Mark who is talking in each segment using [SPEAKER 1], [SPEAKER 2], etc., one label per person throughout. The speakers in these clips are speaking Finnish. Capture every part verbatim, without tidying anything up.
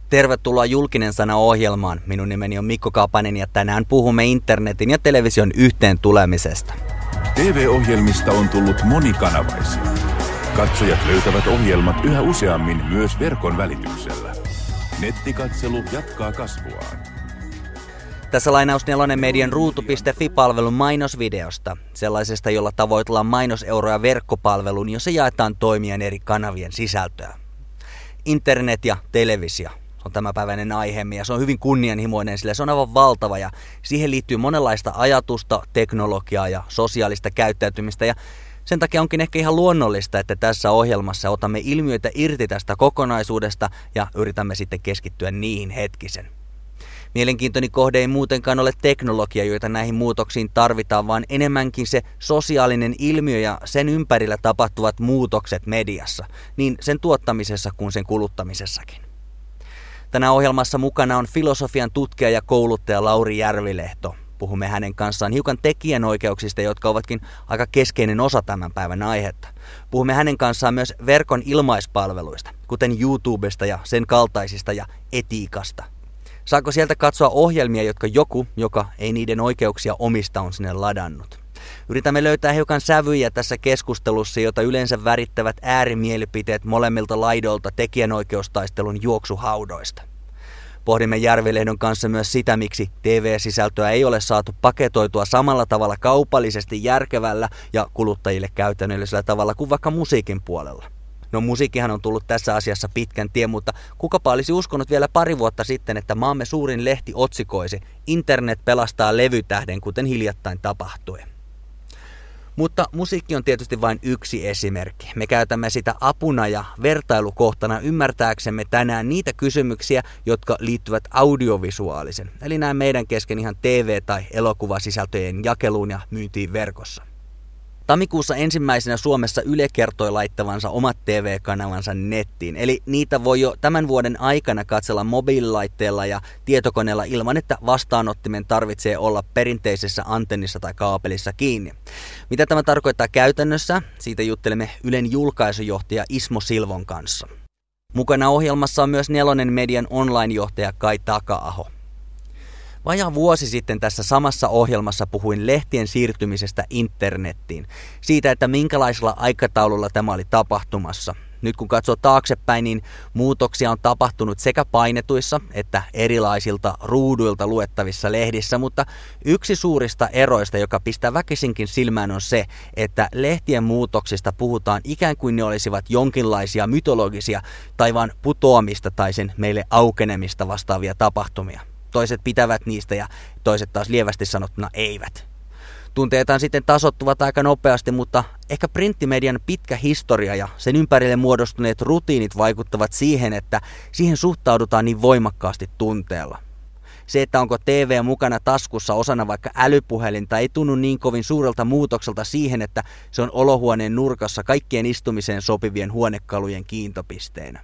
[SPEAKER 1] Tervetuloa Julkinen sana -ohjelmaan. Minun nimeni on Mikko Kapanen ja tänään puhumme internetin ja television yhteen tulemisesta.
[SPEAKER 2] T V-ohjelmista on tullut monikanavaisia. Katsojat löytävät ohjelmat yhä useammin myös verkon välityksellä. Nettikatselu jatkaa kasvuaan.
[SPEAKER 1] Tässä lainaus Nelonen Median ruutu piste fi-palvelun mainosvideosta, sellaisesta, jolla tavoitellaan mainoseuroja verkkopalveluun, jossa jaetaan toimijan eri kanavien sisältöä. Internet ja televisio on tämänpäiväinen aiheemme ja se on hyvin kunnianhimoinen, sillä se on aivan valtava ja siihen liittyy monenlaista ajatusta, teknologiaa ja sosiaalista käyttäytymistä ja sen takia onkin ehkä ihan luonnollista, että tässä ohjelmassa otamme ilmiöitä irti tästä kokonaisuudesta ja yritämme sitten keskittyä niihin hetkisen. Mielenkiintoni kohde ei muutenkaan ole teknologia, joita näihin muutoksiin tarvitaan, vaan enemmänkin se sosiaalinen ilmiö ja sen ympärillä tapahtuvat muutokset mediassa, niin sen tuottamisessa kuin sen kuluttamisessakin. Tänään ohjelmassa mukana on filosofian tutkija ja kouluttaja Lauri Järvilehto. Puhumme hänen kanssaan hiukan tekijänoikeuksista, jotka ovatkin aika keskeinen osa tämän päivän aihetta. Puhumme hänen kanssaan myös verkon ilmaispalveluista, kuten YouTubesta ja sen kaltaisista ja etiikasta. Saako sieltä katsoa ohjelmia, jotka joku, joka ei niiden oikeuksia omista, on sinne ladannut? Yritämme löytää hiukan sävyjä tässä keskustelussa, jota yleensä värittävät äärimielipiteet molemmilta laidoilta tekijänoikeustaistelun juoksuhaudoista. Pohdimme Järvilehdon kanssa myös sitä, miksi T V-sisältöä ei ole saatu paketoitua samalla tavalla kaupallisesti järkevällä ja kuluttajille käytännöllisellä tavalla kuin vaikka musiikin puolella. No musiikkihan on tullut tässä asiassa pitkän tien, mutta kukapa olisi uskonut vielä pari vuotta sitten, että maamme suurin lehti otsikoisi "Internet pelastaa levytähden", kuten hiljattain tapahtui. Mutta musiikki on tietysti vain yksi esimerkki. Me käytämme sitä apuna ja vertailukohtana ymmärtääksemme tänään niitä kysymyksiä, jotka liittyvät audiovisuaalisen, eli näin meidän kesken ihan T V- tai elokuvasisältöjen jakeluun ja myyntiin verkossa. Tammikuussa ensimmäisenä Suomessa Yle kertoi laittavansa omat T V-kanavansa nettiin, eli niitä voi jo tämän vuoden aikana katsella mobiililaitteella ja tietokoneella ilman, että vastaanottimen tarvitsee olla perinteisessä antennissa tai kaapelissa kiinni. Mitä tämä tarkoittaa käytännössä? Siitä juttelemme Ylen julkaisujohtaja Ismo Silvon kanssa. Mukana ohjelmassa on myös Nelonen Median online-johtaja Kai Taka-aho. Vajaa vuosi sitten tässä samassa ohjelmassa puhuin lehtien siirtymisestä internettiin. Siitä, että minkälaisella aikataululla tämä oli tapahtumassa. Nyt kun katsoo taaksepäin, niin muutoksia on tapahtunut sekä painetuissa että erilaisilta ruuduilta luettavissa lehdissä, mutta yksi suurista eroista, joka pistää väkisinkin silmään, on se, että lehtien muutoksista puhutaan ikään kuin ne olisivat jonkinlaisia mytologisia tai vain putoamista tai sen meille aukenemista vastaavia tapahtumia. Toiset pitävät niistä ja toiset taas lievästi sanottuna eivät. Tunteetaan sitten tasoittuvat aika nopeasti, mutta ehkä printtimedian pitkä historia ja sen ympärille muodostuneet rutiinit vaikuttavat siihen, että siihen suhtaudutaan niin voimakkaasti tunteella. Se, että onko T V mukana taskussa osana vaikka älypuhelinta, ei tunnu niin kovin suurelta muutokselta siihen, että se on olohuoneen nurkassa kaikkien istumiseen sopivien huonekalujen kiintopisteenä.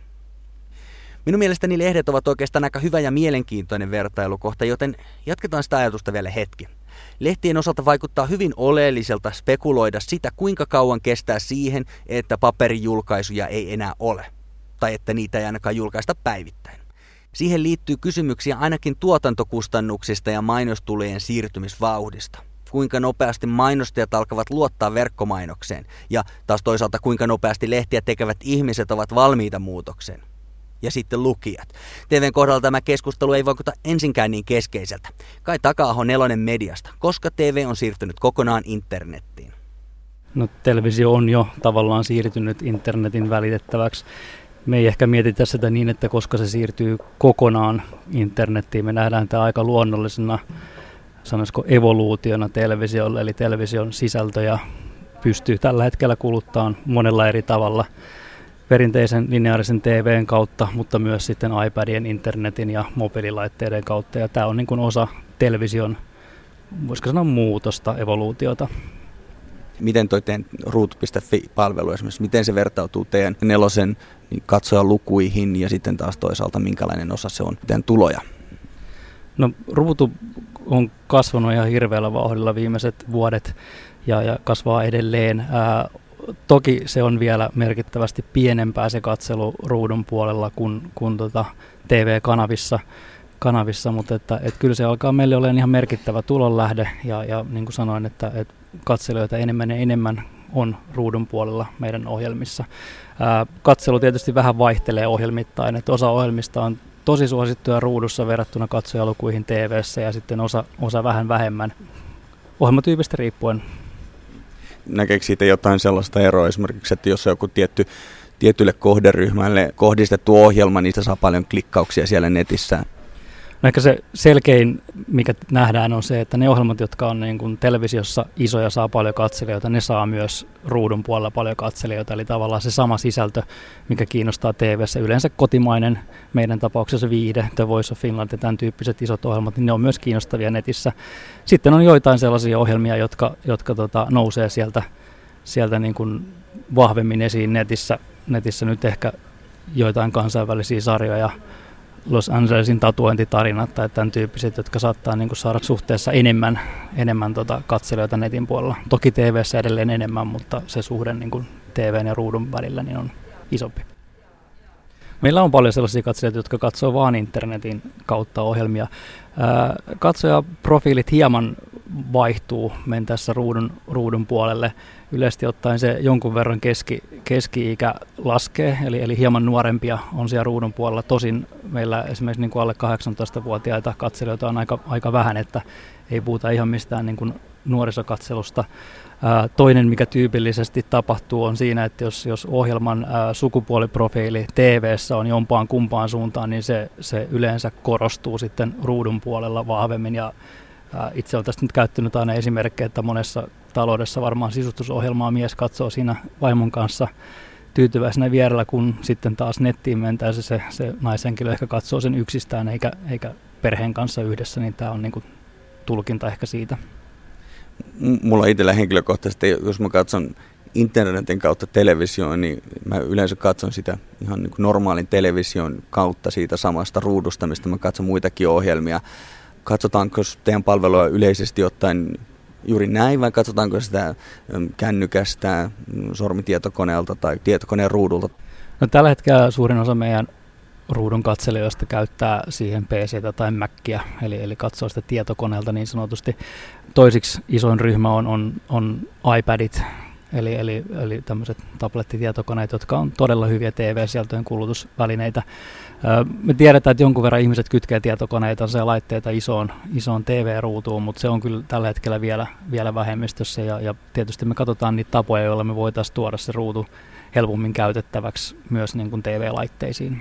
[SPEAKER 1] Minun mielestäni lehdet ovat oikeastaan aika hyvä ja mielenkiintoinen vertailukohta, joten jatketaan sitä ajatusta vielä hetki. Lehtien osalta vaikuttaa hyvin oleelliselta spekuloida sitä, kuinka kauan kestää siihen, että paperijulkaisuja ei enää ole, tai että niitä ei ainakaan julkaista päivittäin. Siihen liittyy kysymyksiä ainakin tuotantokustannuksista ja mainostulojen siirtymisvauhdista. Kuinka nopeasti mainostajat alkavat luottaa verkkomainokseen, ja taas toisaalta kuinka nopeasti lehtiä tekevät ihmiset ovat valmiita muutokseen. Ja sitten lukijat. T V:n kohdalla tämä keskustelu ei vaikuta ensinkään niin keskeiseltä. Kai Taka-aho Nelonen Mediasta. Koska T V on siirtynyt kokonaan internettiin?
[SPEAKER 3] No, televisio on jo tavallaan siirtynyt internetin välitettäväksi. Me ei ehkä mietitä sitä niin, että koska se siirtyy kokonaan internettiin. Me nähdään tämä aika luonnollisena, sanoisiko evoluutiona televisiolle. Eli television sisältöjä pystyy tällä hetkellä kuluttamaan monella eri tavalla. Perinteisen lineaarisen T V:n kautta, mutta myös sitten iPadien, internetin ja mobiililaitteiden kautta. Ja tämä on niin kuin osa television, voisiko sanoa, muutosta, evoluutiota.
[SPEAKER 1] Miten toi teidän ruutu piste fi-palvelu esimerkiksi, miten se vertautuu teidän Nelosen katsojalukuihin ja sitten taas toisaalta minkälainen osa se on teidän tuloja?
[SPEAKER 3] No, ruutu on kasvanut ihan hirveällä vauhdilla viimeiset vuodet ja, ja kasvaa edelleen. Ää, toki se on vielä merkittävästi pienempää se katselu ruudun puolella kuin, kuin tota T V-kanavissa, kanavissa, mutta että, että kyllä se alkaa meille olemaan ihan merkittävä tulonlähde ja, ja niin kuin sanoin, että, että katselijoita enemmän ja enemmän on ruudun puolella meidän ohjelmissa. Ää, katselu tietysti vähän vaihtelee ohjelmittain, että osa ohjelmista on tosi suosittuja ruudussa verrattuna katsojalukuihin T V:ssä ja sitten osa, osa vähän vähemmän ohjelmatyypistä riippuen.
[SPEAKER 4] Näkeekö siitä jotain sellaista eroa esimerkiksi, että jos on joku tietty, tietylle kohderyhmälle kohdistettu ohjelma, niin sitä saa paljon klikkauksia siellä netissä?
[SPEAKER 3] No ehkä se selkein, mikä nähdään, on se, että ne ohjelmat, jotka on niin kuin televisiossa isoja, saa paljon katselijoita, ne saa myös ruudun puolella paljon katselijoita. Eli tavallaan se sama sisältö, mikä kiinnostaa T V:ssä, yleensä kotimainen, meidän tapauksessa Viihde, The Voice of Finland ja tämän tyyppiset isot ohjelmat, niin ne on myös kiinnostavia netissä. Sitten on joitain sellaisia ohjelmia, jotka, jotka tota, nousee sieltä, sieltä niin kuin vahvemmin esiin netissä. Netissä nyt ehkä joitain kansainvälisiä sarjoja, Los Angelesin tatuointitarinat tai tämän tyyppiset, jotka saattaa niin kuin saada suhteessa enemmän, enemmän tota katselijoita netin puolella. Toki T V:ssä edelleen enemmän, mutta se suhde niin kuin T V:n ja ruudun välillä niin on isompi. Meillä on paljon sellaisia katselijoita, jotka katsoo vain internetin kautta ohjelmia. Ää, katsojaprofiilit hieman vaihtuu mentäessä ruudun, ruudun puolelle. Yleisesti ottaen se jonkun verran keski, keski-ikä laskee, eli, eli hieman nuorempia on siellä ruudun puolella. Tosin meillä esimerkiksi niin kuin alle kahdeksantoistavuotiaita katselijoita on aika, aika vähän, että ei puhuta ihan mistään niin kuin nuorisokatselusta. Ää, toinen, mikä tyypillisesti tapahtuu, on siinä, että jos, jos ohjelman ää, sukupuoliprofiili T V:ssä on jompaan kumpaan suuntaan, niin se, se yleensä korostuu sitten ruudun puolella vahvemmin. Ja, ää, itse olen tästä nyt käyttänyt aina esimerkkejä, että monessa taloudessa varmaan sisustusohjelmaa mies katsoo siinä vaimon kanssa tyytyväisenä vierellä, kun sitten taas nettiin mentäessä se, se naishenkilö ehkä katsoo sen yksistään eikä, eikä perheen kanssa yhdessä, niin tämä on niin kuin tulkinta ehkä siitä.
[SPEAKER 4] Mulla itsellä henkilökohtaisesti, jos mä katson internetin kautta televisioon, niin mä yleensä katson sitä ihan niin kuin normaalin television kautta siitä samasta ruudusta, mistä mä katson muitakin ohjelmia. Katsotaanko teidän palvelua yleisesti ottaen juuri näin, vai katsotaanko sitä kännykästä, sormitietokoneelta tai tietokoneen ruudulta?
[SPEAKER 3] No, tällä hetkellä suurin osa meidän ruudun katselijoista käyttää siihen P C:tä tai Macia, eli, eli katsoo sitä tietokoneelta niin sanotusti. Toisiksi isoin ryhmä on, on, on iPadit, eli, eli, eli tämmöiset tablettitietokoneet, jotka on todella hyviä T V-sieltöjen kulutusvälineitä. Me tiedetään, että jonkun verran ihmiset kytkee tietokoneita ja laitteita isoon, isoon T V-ruutuun, mutta se on kyllä tällä hetkellä vielä, vielä vähemmistössä, ja, ja tietysti me katsotaan niitä tapoja, joilla me voitaisiin tuoda se ruutu helpommin käytettäväksi myös niin kuin T V-laitteisiin.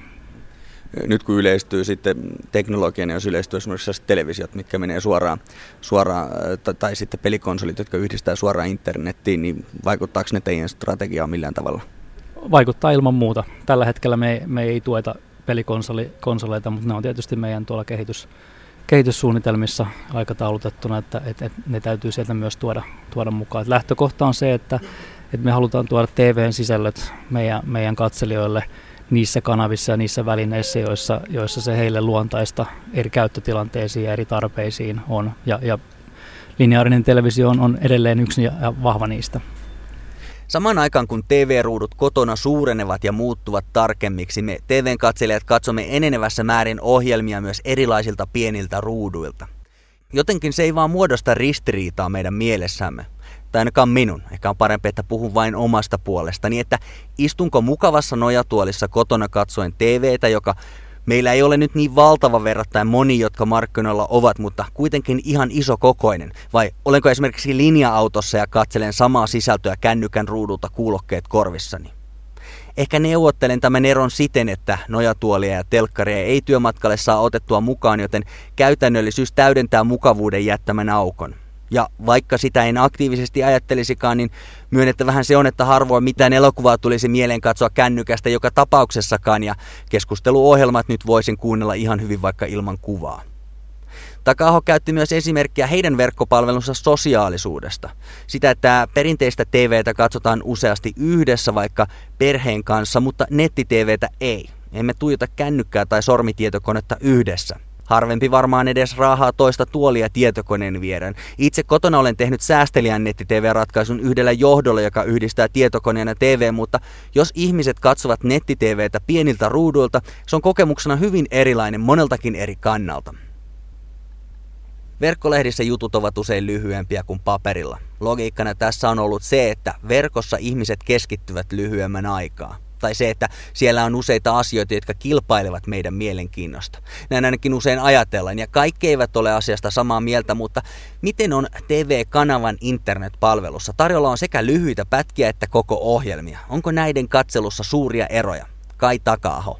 [SPEAKER 4] Nyt kun yleistyy sitten teknologian, ja jos yleistyy esimerkiksi televisiot, mitkä menee suoraan, suoraan tai, tai sitten pelikonsolit, jotka yhdistää suoraan internettiin, niin vaikuttaako ne teidän strategiaan millään tavalla?
[SPEAKER 3] Vaikuttaa ilman muuta. Tällä hetkellä me, me ei tueta pelikonsoleita, mutta ne on tietysti meidän tuolla kehitys, kehityssuunnitelmissa aikataulutettuna, että, että, että ne täytyy sieltä myös tuoda, tuoda mukaan. Et lähtökohta on se, että, että me halutaan tuoda T V:n sisällöt meidän, meidän katselijoille niissä kanavissa ja niissä välineissä, joissa, joissa se heille luontaista eri käyttötilanteisiin ja eri tarpeisiin on. Ja, ja lineaarinen televisio on, on edelleen yksi ja vahva niistä.
[SPEAKER 1] Samaan aikaan kun T V-ruudut kotona suurenevat ja muuttuvat tarkemmiksi, me T V-katselijat katsomme enenevässä määrin ohjelmia myös erilaisilta pieniltä ruuduilta. Jotenkin se ei vaan muodosta ristiriitaa meidän mielessämme. Tai ainakaan minun. Ehkä on parempi, että puhun vain omasta puolestani, että istunko mukavassa nojatuolissa kotona katsoen T V:tä, joka meillä ei ole nyt niin valtava verrattain moni, jotka markkinoilla ovat, mutta kuitenkin ihan iso kokoinen. Vai olenko esimerkiksi linja-autossa ja katselen samaa sisältöä kännykän ruudulta kuulokkeet korvissani? Ehkä neuvottelen tämän eron siten, että nojatuolia ja telkkaria ei työmatkalle saa otettua mukaan, joten käytännöllisyys täydentää mukavuuden jättämän aukon. Ja vaikka sitä en aktiivisesti ajattelisikaan, niin myönnettävähän se on, että harvoin mitään elokuvaa tulisi mieleen katsoa kännykästä joka tapauksessakaan, ja keskusteluohjelmat nyt voisin kuunnella ihan hyvin vaikka ilman kuvaa. Taka-aho käytti myös esimerkkiä heidän verkkopalvelunsa sosiaalisuudesta. Sitä, että perinteistä T V:tä katsotaan useasti yhdessä vaikka perheen kanssa, mutta netti-T V:tä ei. Emme tuijota kännykkää tai sormitietokonetta yhdessä. Harvempi varmaan edes raahaa toista tuolia tietokoneen viereen. Itse kotona olen tehnyt säästeliän netti-T V-ratkaisun yhdellä johdolla, joka yhdistää tietokoneen ja T V, mutta jos ihmiset katsovat netti-T V:tä pieniltä ruuduilta, se on kokemuksena hyvin erilainen moneltakin eri kannalta. Verkkolehdissä jutut ovat usein lyhyempiä kuin paperilla. Logiikkana tässä on ollut se, että verkossa ihmiset keskittyvät lyhyemmän aikaa. Tai se, että siellä on useita asioita, jotka kilpailevat meidän mielenkiinnosta. Näin ainakin usein ajatellaan, ja kaikki eivät ole asiasta samaa mieltä, mutta miten on T V-kanavan internetpalvelussa? Tarjolla on sekä lyhyitä pätkiä että koko ohjelmia. Onko näiden katselussa suuria eroja? Kai Taka-aho.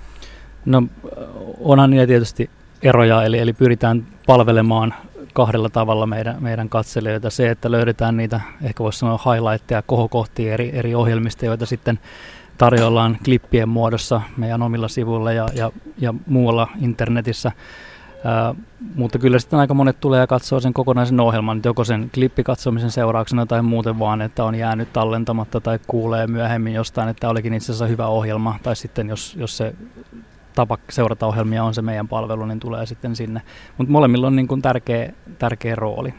[SPEAKER 3] No onhan niitä tietysti eroja, eli, eli pyritään palvelemaan kahdella tavalla meidän, meidän katselijoita. Se, että löydetään niitä, ehkä voisi sanoa highlightteja, kohokohtia eri, eri ohjelmista, joita sitten tarjoillaan klippien muodossa meidän omilla sivuilla ja, ja, ja muualla internetissä. Ää, mutta kyllä sitten aika monet tulee ja katsoo sen kokonaisen ohjelman, joko sen klippikatsomisen seurauksena tai muuten vaan, että on jäänyt tallentamatta tai kuulee myöhemmin jostain, että olikin itse asiassa hyvä ohjelma, tai sitten jos, jos se tapa seurata ohjelmia on se meidän palvelu, niin tulee sitten sinne. Mutta molemmilla on niin kuin tärkeä, tärkeä rooli.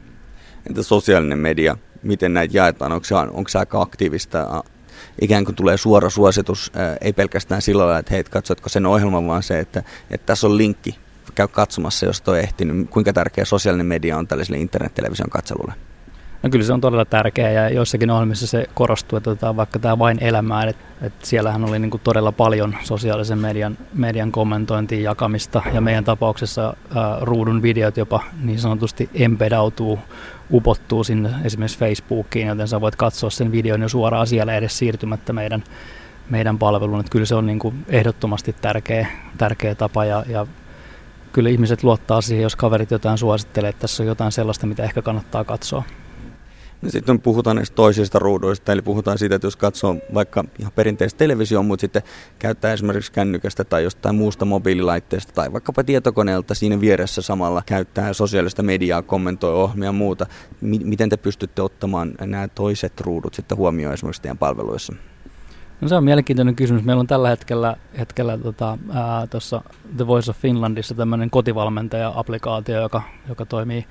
[SPEAKER 4] Entä sosiaalinen media? Miten näitä jaetaan? Onko se, onko se aika aktiivista? Ikään kuin tulee suora suositus, ää, ei pelkästään sillä lailla, että hei, katsotko sen ohjelman, vaan se, että, että tässä on linkki. Käy katsomassa, jos toi ehtinyt. Kuinka tärkeä sosiaalinen media on tällaiselle internet-television katselulle?
[SPEAKER 3] No kyllä se on todella tärkeä, ja joissakin ohjelmissa se korostuu, että otetaan vaikka tämä Vain elämää, että, että siellähän oli niin kuin todella paljon sosiaalisen median, median kommentointia, jakamista, ja meidän tapauksessa ää, ruudun videot jopa niin sanotusti embedautuu, upottuu sinne esimerkiksi Facebookiin, joten sä voit katsoa sen videon jo suoraan siellä edes siirtymättä meidän, meidän palveluun. Että kyllä se on niin kuin ehdottomasti tärkeä, tärkeä tapa, ja, ja kyllä ihmiset luottaa siihen, jos kaverit jotain suosittelee, että tässä on jotain sellaista, mitä ehkä kannattaa katsoa.
[SPEAKER 4] No sitten puhutaan näistä toisista ruuduista, eli puhutaan siitä, että jos katsoo vaikka ihan perinteistä televisioon, mutta sitten käyttää esimerkiksi kännykästä tai jostain muusta mobiililaitteesta tai vaikkapa tietokoneelta siinä vieressä samalla käyttää sosiaalista mediaa, kommentoi ohjelmia ja muuta. M- miten te pystytte ottamaan nämä toiset ruudut sitten huomioon esimerkiksi teidän palveluissa?
[SPEAKER 3] No se on mielenkiintoinen kysymys. Meillä on tällä hetkellä, hetkellä tota, tuossa The Voice of Finlandissa tämmöinen kotivalmentaja-applikaatio, joka, joka toimii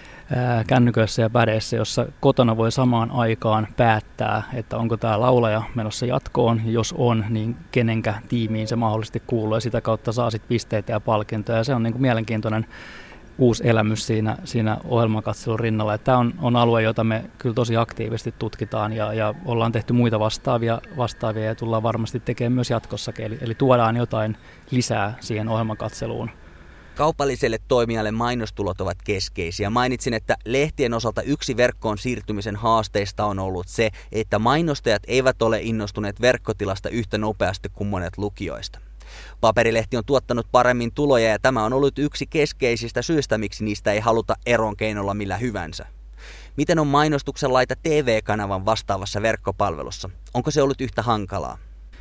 [SPEAKER 3] ää, kännyköissä ja pädeissä, jossa kotona voi samaan aikaan päättää, että onko tämä laulaja menossa jatkoon. Jos on, niin kenenkä tiimiin se mahdollisesti kuuluu, ja sitä kautta saa sit pisteitä ja palkintoja. Ja se on niin kuin mielenkiintoinen uusi elämys siinä, siinä ohjelmakatselun rinnalla. Tämä on, on alue, jota me kyllä tosi aktiivisesti tutkitaan, ja, ja ollaan tehty muita vastaavia, vastaavia ja tullaan varmasti tekemään myös jatkossakin. Eli, eli tuodaan jotain lisää siihen ohjelmakatseluun.
[SPEAKER 1] Kaupalliselle toimijalle mainostulot ovat keskeisiä. Mainitsin, että lehtien osalta yksi verkkoon siirtymisen haasteista on ollut se, että mainostajat eivät ole innostuneet verkkotilasta yhtä nopeasti kuin monet lukijoista. Paperilehti on tuottanut paremmin tuloja, ja tämä on ollut yksi keskeisistä syistä, miksi niistä ei haluta eron keinolla millä hyvänsä. Miten on mainostuksen laita T V-kanavan vastaavassa verkkopalvelussa? Onko se ollut yhtä hankalaa?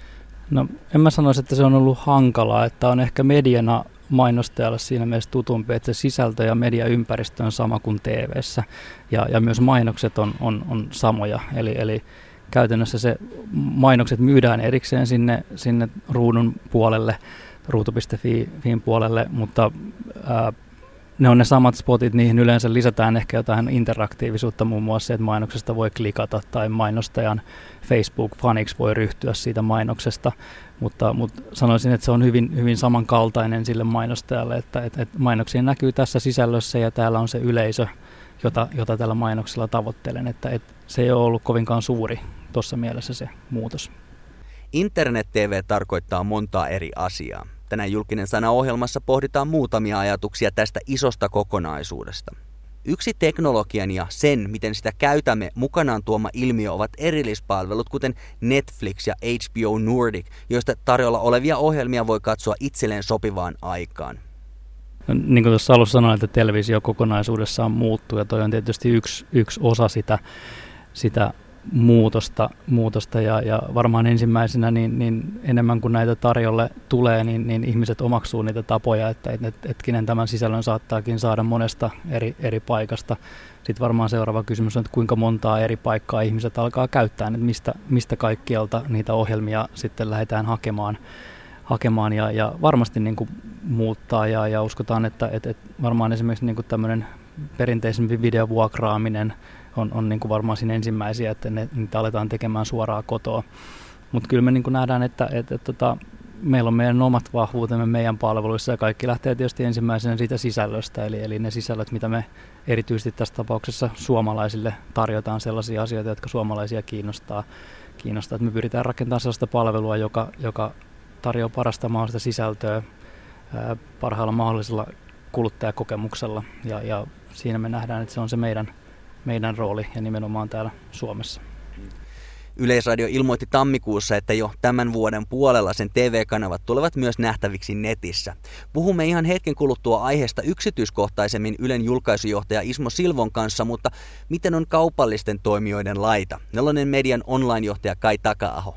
[SPEAKER 3] No en mä sanoisi, että se on ollut hankalaa, että on ehkä mediana mainostajalle siinä mielessä tutumpi, että se sisältö ja mediaympäristö on sama kuin T V:ssä, ja, ja myös mainokset on, on, on samoja, eli, eli käytännössä se mainokset myydään erikseen sinne, sinne ruudun puolelle, ruutu piste fin puolelle, mutta ää, ne on ne samat spotit, niihin yleensä lisätään ehkä jotain interaktiivisuutta, muun muassa, että mainoksesta voi klikata tai mainostajan Facebook-faniksi voi ryhtyä siitä mainoksesta, mutta, mutta sanoisin, että se on hyvin, hyvin samankaltainen sille mainostajalle, että, että, että mainoksia näkyy tässä sisällössä ja täällä on se yleisö, jota, jota tällä mainoksella tavoittelen, että, että se ei ole ollut kovinkaan suuri tuossa mielessä se muutos.
[SPEAKER 1] Internet-T V tarkoittaa montaa eri asiaa. Tänään Julkinen sana -ohjelmassa pohditaan muutamia ajatuksia tästä isosta kokonaisuudesta. Yksi teknologian ja sen, miten sitä käytämme, mukanaan tuoma ilmiö ovat erillispalvelut, kuten Netflix ja H B O Nordic, joista tarjolla olevia ohjelmia voi katsoa itselleen sopivaan aikaan.
[SPEAKER 3] No, niin kuin tuossa alussa sanoin, että televisio kokonaisuudessaan muuttuu, ja toi on tietysti yksi, yksi osa sitä, sitä muutosta, muutosta ja, ja varmaan ensimmäisenä niin, niin enemmän kuin näitä tarjolle tulee, niin, niin ihmiset omaksuu niitä tapoja, että et, et, etkinen tämän sisällön saattaakin saada monesta eri, eri paikasta. Sitten varmaan seuraava kysymys on, että kuinka montaa eri paikkaa ihmiset alkaa käyttää, että mistä, mistä kaikkialta niitä ohjelmia sitten lähdetään hakemaan. hakemaan ja, ja varmasti niin kuin muuttaa ja, ja uskotaan, että et, et varmaan esimerkiksi niin kuin tämmöinen perinteisempi videovuokraaminen on, on niin kuin varmaan siinä ensimmäisiä, että ne, niitä aletaan tekemään suoraan kotoa. Mutta kyllä me niin kuin nähdään, että et, et, tota, meillä on meidän omat vahvuutemme meidän palveluissa ja kaikki lähtee tietysti ensimmäisenä siitä sisällöstä, eli, eli ne sisällöt, mitä me erityisesti tässä tapauksessa suomalaisille tarjotaan sellaisia asioita, jotka suomalaisia kiinnostaa. kiinnostaa. Että me pyritään rakentamaan sellaista palvelua, joka, joka tarjoaa parasta mahdollista sisältöä ää, parhaalla mahdollisella kuluttajakokemuksella ja, ja siinä me nähdään, että se on se meidän, meidän rooli ja nimenomaan täällä Suomessa.
[SPEAKER 1] Yleisradio ilmoitti tammikuussa, että jo tämän vuoden puolella sen T V-kanavat tulevat myös nähtäviksi netissä. Puhumme ihan hetken kuluttua aiheesta yksityiskohtaisemmin Ylen julkaisujohtaja Ismo Silvon kanssa, mutta miten on kaupallisten toimijoiden laita? Nelonen Median online-johtaja Kai Taka-aho.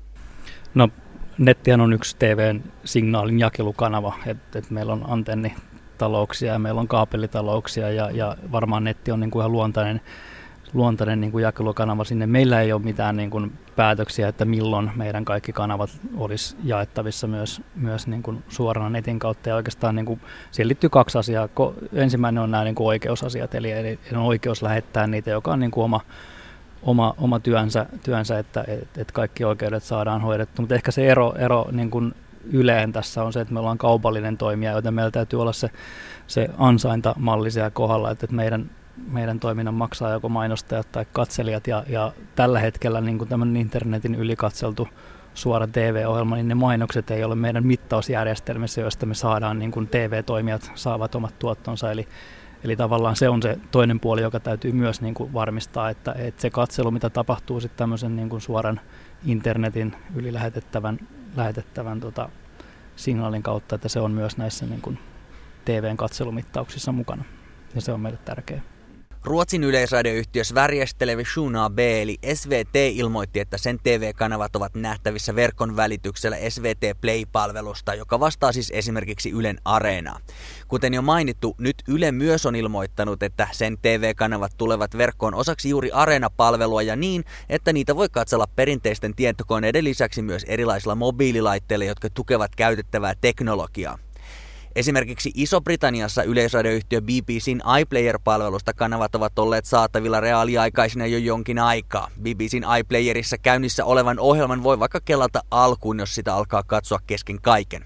[SPEAKER 3] No, nettihän on yksi T V:n signaalin jakelukanava, että et meillä on antennitalouksia ja meillä on kaapelitalouksia ja, ja varmaan netti on niin kuin ihan luontainen luontainen niin kuin jakelukanava sinne. Meillä ei ole mitään niin kuin päätöksiä, että milloin meidän kaikki kanavat olisi jaettavissa myös, myös niin kuin suorana netin kautta. Ja oikeastaan niin kuin, siihen liittyy kaksi asiaa. Ensimmäinen on nämä niin kuin oikeusasiat, eli, eli on oikeus lähettää niitä, joka on niin kuin oma, oma, oma työnsä, työnsä että et, et kaikki oikeudet saadaan hoidettu. Mutta ehkä se ero, ero niin kuin Yleen tässä on se, että me ollaan kaupallinen toimija, joten meillä täytyy olla se, se ansaintamalli siellä kohdalla, että meidän meidän toiminnan maksaa joko mainostajat tai katselijat ja, ja tällä hetkellä niin kuin tämmöinen internetin ylikatseltu suora T V-ohjelma, niin ne mainokset ei ole meidän mittausjärjestelmissä, joista me saadaan, niin kuin T V-toimijat saavat omat tuottonsa. Eli, eli tavallaan se on se toinen puoli, joka täytyy myös niin kuin varmistaa, että, että se katselu, mitä tapahtuu sitten tämmöisen niin kuin suoran internetin yli lähetettävän, lähetettävän tota, signaalin kautta, että se on myös näissä niin kuin T V:n katselumittauksissa mukana. Ja se on meille tärkeää.
[SPEAKER 1] Ruotsin yleisradioyhtiö Sveriges Television A B eli S V T ilmoitti, että sen T V-kanavat ovat nähtävissä verkon välityksellä S V T Play-palvelusta, joka vastaa siis esimerkiksi Ylen Areenaa. Kuten jo mainittu, nyt Yle myös on ilmoittanut, että sen T V-kanavat tulevat verkkoon osaksi juuri Areena-palvelua ja niin, että niitä voi katsella perinteisten tietokoneiden lisäksi myös erilaisilla mobiililaitteilla, jotka tukevat käytettävää teknologiaa. Esimerkiksi Iso-Britanniassa yleisradioyhtiö B B C:n iPlayer-palvelusta kanavat ovat olleet saatavilla reaaliaikaisina jo jonkin aikaa. B B C:n iPlayerissa käynnissä olevan ohjelman voi vaikka kelata alkuun, jos sitä alkaa katsoa kesken kaiken.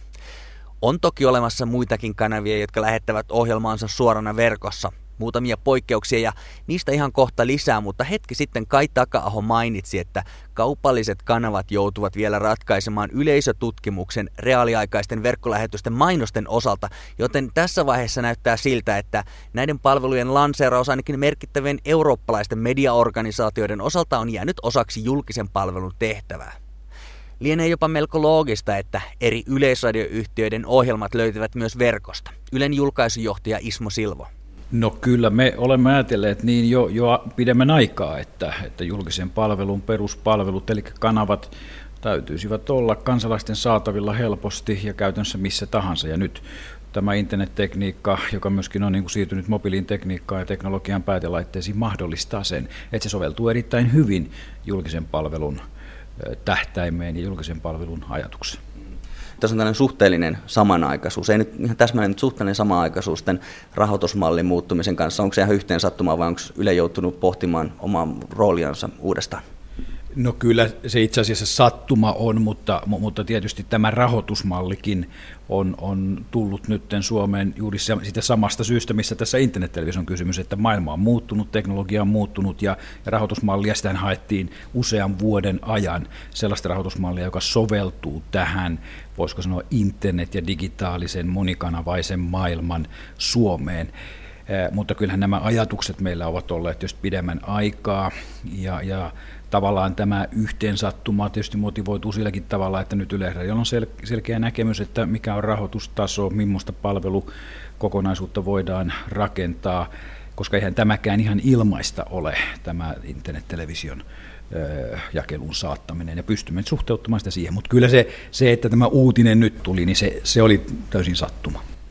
[SPEAKER 1] On toki olemassa muitakin kanavia, jotka lähettävät ohjelmaansa suorana verkossa. Muutamia poikkeuksia ja niistä ihan kohta lisää, mutta hetki sitten Kai Taka-aho mainitsi, että kaupalliset kanavat joutuvat vielä ratkaisemaan yleisötutkimuksen reaaliaikaisten verkkolähetysten mainosten osalta, joten tässä vaiheessa näyttää siltä, että näiden palvelujen lanseeraus ainakin merkittävien eurooppalaisten mediaorganisaatioiden osalta on jäänyt osaksi julkisen palvelun tehtävää. Lienee jopa melko loogista, että eri yleisradioyhtiöiden ohjelmat löytyvät myös verkosta. Ylen julkaisujohtaja Ismo Silvo.
[SPEAKER 5] No kyllä me olemme ajatelleet niin jo, jo pidemmän aikaa, että, että julkisen palvelun peruspalvelut, eli kanavat, täytyisivät olla kansalaisten saatavilla helposti ja käytännössä missä tahansa. Ja nyt tämä internettekniikka, joka myöskin on niin kuin siirtynyt mobiiliin tekniikkaan ja teknologian päätelaitteisiin, mahdollistaa sen, että se soveltuu erittäin hyvin julkisen palvelun tähtäimeen ja julkisen palvelun ajatukseen.
[SPEAKER 4] Tässä on tällainen suhteellinen samanaikaisuus, ei nyt ihan täsmälleen, mutta suhteellinen samanaikaisuus tämän rahoitusmallin muuttumisen kanssa. Onko se ihan yhteen sattumaa vai onko Yle joutunut pohtimaan omaa rooliansa uudestaan?
[SPEAKER 5] No kyllä se itse asiassa sattuma on, mutta, mutta tietysti tämä rahoitusmallikin on, on tullut nyt Suomeen juuri sitä samasta syystä, missä tässä internettelevisiossa on kysymys, että maailma on muuttunut, teknologia on muuttunut ja, ja rahoitusmallia sitä haettiin usean vuoden ajan sellaista rahoitusmallia, joka soveltuu tähän, voisiko sanoa internet- ja digitaalisen monikanavaisen maailman Suomeen. Eh, mutta kyllähän nämä ajatukset meillä ovat olleet just pidemmän aikaa ja, ja tavallaan tämä yhteensattuma tietysti motivoituu silläkin tavalla, että nyt Yleisradiolla on sel- selkeä näkemys, että mikä on rahoitustaso, millaista palvelukokonaisuutta voidaan rakentaa, koska eihän tämäkään ihan ilmaista ole, tämä internettelevision ö, jakelun saattaminen, ja pystymme suhteuttamaan sitä siihen. Mutta kyllä se, se, että tämä uutinen nyt tuli, niin se, se oli täysin sattuma.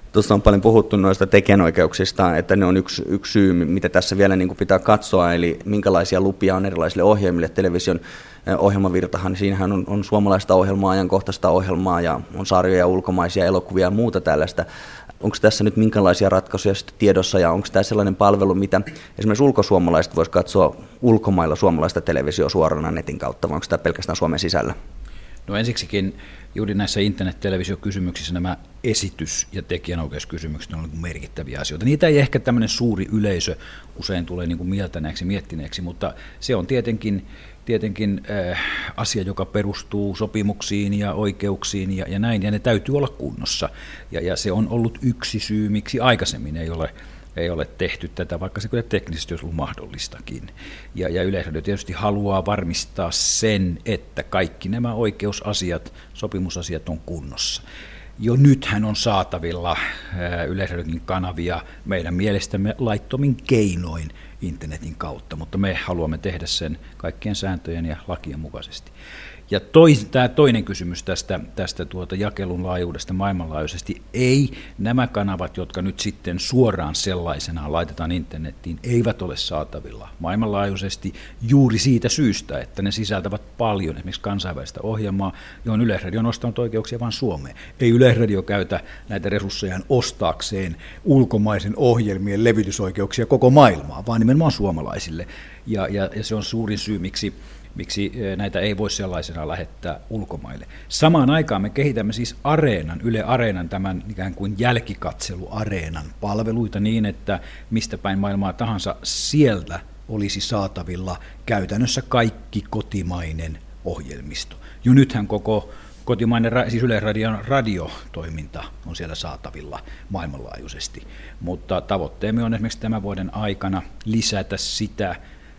[SPEAKER 4] Tuossa on paljon puhuttu noista tekijänoikeuksista, että ne on yksi, yksi syy, mitä tässä vielä niin kuin pitää katsoa, eli minkälaisia lupia on erilaisille ohjelmille. Television ohjelmavirtahan, siinähän on, on suomalaista ohjelmaa, ajankohtaista ohjelmaa ja on sarjoja, ulkomaisia elokuvia ja muuta tällaista. Onko tässä nyt minkälaisia ratkaisuja tiedossa ja onko tämä sellainen palvelu, mitä esimerkiksi ulkosuomalaiset voisi katsoa ulkomailla suomalaista televisiota suorana netin kautta, vai onko tämä pelkästään Suomen sisällä?
[SPEAKER 5] No ensiksikin juuri näissä internet-televisiokysymyksissä nämä esitys- ja tekijänoikeuskysymykset on merkittäviä asioita. Niitä ei ehkä tämmöinen suuri yleisö usein tule niin kuin mieltäneeksi, miettineeksi, mutta se on tietenkin, tietenkin äh, asia, joka perustuu sopimuksiin ja oikeuksiin ja, ja näin, ja ne täytyy olla kunnossa. Ja, ja se on ollut yksi syy, miksi aikaisemmin ei ole ei ole tehty tätä, vaikka se kyllä teknisesti olisi ollut mahdollistakin. Ja, ja Yleisradio tietysti haluaa varmistaa sen, että kaikki nämä oikeusasiat, sopimusasiat on kunnossa. Jo nythän on saatavilla Yleisradion kanavia meidän mielestämme laittomin keinoin internetin kautta, mutta me haluamme tehdä sen kaikkien sääntöjen ja lakien mukaisesti. Ja toi, tämä toinen kysymys tästä, tästä tuota jakelun laajuudesta maailmanlaajuisesti, ei nämä kanavat, jotka nyt sitten suoraan sellaisenaan laitetaan internettiin, eivät ole saatavilla maailmanlaajuisesti juuri siitä syystä, että ne sisältävät paljon esimerkiksi kansainvälistä ohjelmaa, johon Yleisradio on ostanut oikeuksia vain Suomeen. Ei Yleisradio käytä näitä resurssejaan ostaakseen ulkomaisen ohjelmien levitysoikeuksia koko maailmaa, vaan nimenomaan suomalaisille. Ja, ja, ja se on suurin syy, miksi miksi näitä ei voi sellaisena lähettää ulkomaille. Samaan aikaan me kehitämme siis Areenan, Yle Areenan, tämän ikään kuin jälkikatseluareenan palveluita niin, että mistä päin maailmaa tahansa sieltä olisi saatavilla käytännössä kaikki kotimainen ohjelmisto. Jo nythän koko kotimainen, siis Yleisradion radiotoiminta on siellä saatavilla maailmanlaajuisesti, mutta tavoitteemme on esimerkiksi tämän vuoden aikana lisätä sitä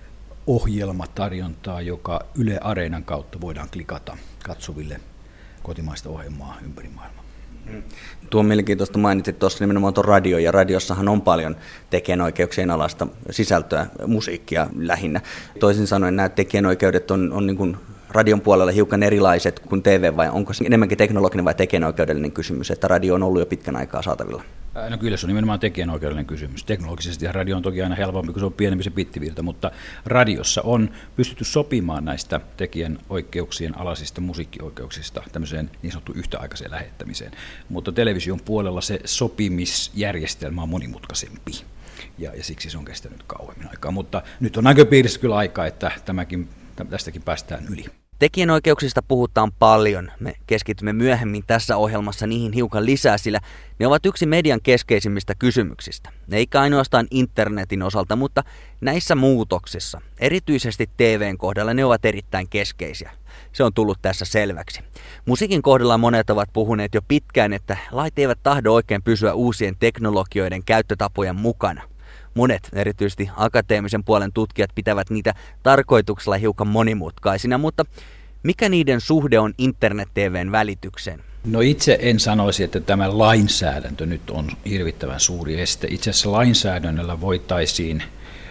[SPEAKER 5] ohjelmatarjontaa, joka Yle Areenan kautta voidaan klikata katsoville kotimaista ohjelmaa ympäri maailmaa.
[SPEAKER 4] Tuo on mielenkiintoista, mainitsit tuossa nimenomaan tuon radio, ja radiossahan on paljon tekijänoikeuksien alaista sisältöä, musiikkia lähinnä. Toisin sanoen nämä tekijänoikeudet on, on niin kuin radion puolella hiukan erilaiset kuin T V, vai onko se enemmänkin teknologinen vai tekijänoikeudellinen kysymys, että radio on ollut jo pitkän aikaa saatavilla?
[SPEAKER 5] No kyllä se on nimenomaan tekijänoikeudellinen kysymys. Teknologisesti radio on toki aina helpompi, kun se on pienempi se bittivirta, mutta radiossa on pystytty sopimaan näistä tekijänoikeuksien alaisista musiikkioikeuksista tämmöiseen niin sanottuun yhtäaikaiseen lähettämiseen. Mutta television puolella se sopimisjärjestelmä on monimutkaisempi. Ja, ja siksi se on kestänyt kauemmin aikaa, mutta nyt on näköpiirissä kyllä aika, että tämäkin, tästäkin päästään yli.
[SPEAKER 1] Tekijänoikeuksista puhutaan paljon. Me keskitymme myöhemmin tässä ohjelmassa niihin hiukan lisää, sillä ne ovat yksi median keskeisimmistä kysymyksistä. Eikä ainoastaan internetin osalta, mutta näissä muutoksissa, erityisesti T V:n kohdalla, ne ovat erittäin keskeisiä. Se on tullut tässä selväksi. Musiikin kohdalla monet ovat puhuneet jo pitkään, että lait eivät tahdo oikein pysyä uusien teknologioiden käyttötapojen mukana. Monet, erityisesti akateemisen puolen tutkijat, pitävät niitä tarkoituksella hiukan monimutkaisina, mutta mikä niiden suhde on internet-T V:n välitykseen?
[SPEAKER 5] No itse en sanoisi, että tämä lainsäädäntö nyt on hirvittävän suuri este. Itse asiassa lainsäädännöllä voitaisiin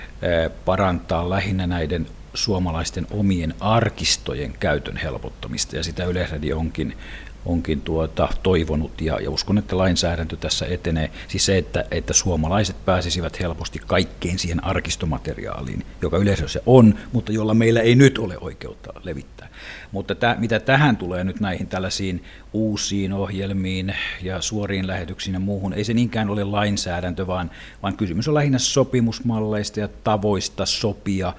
[SPEAKER 5] parantaa lähinnä näiden suomalaisten omien arkistojen käytön helpottamista, ja sitä Yleisradio onkin onkin tuota, toivonut, ja, ja uskon, että lainsäädäntö tässä etenee. Siis se, että, että suomalaiset pääsisivät helposti kaikkeen siihen arkistomateriaaliin, joka yleisössä on, mutta jolla meillä ei nyt ole oikeutta levittää. Mutta tä, mitä tähän tulee nyt näihin tällaisiin uusiin ohjelmiin ja suoriin lähetyksiin ja muuhun, ei se niinkään ole lainsäädäntö, vaan, vaan kysymys on lähinnä sopimusmalleista ja tavoista sopia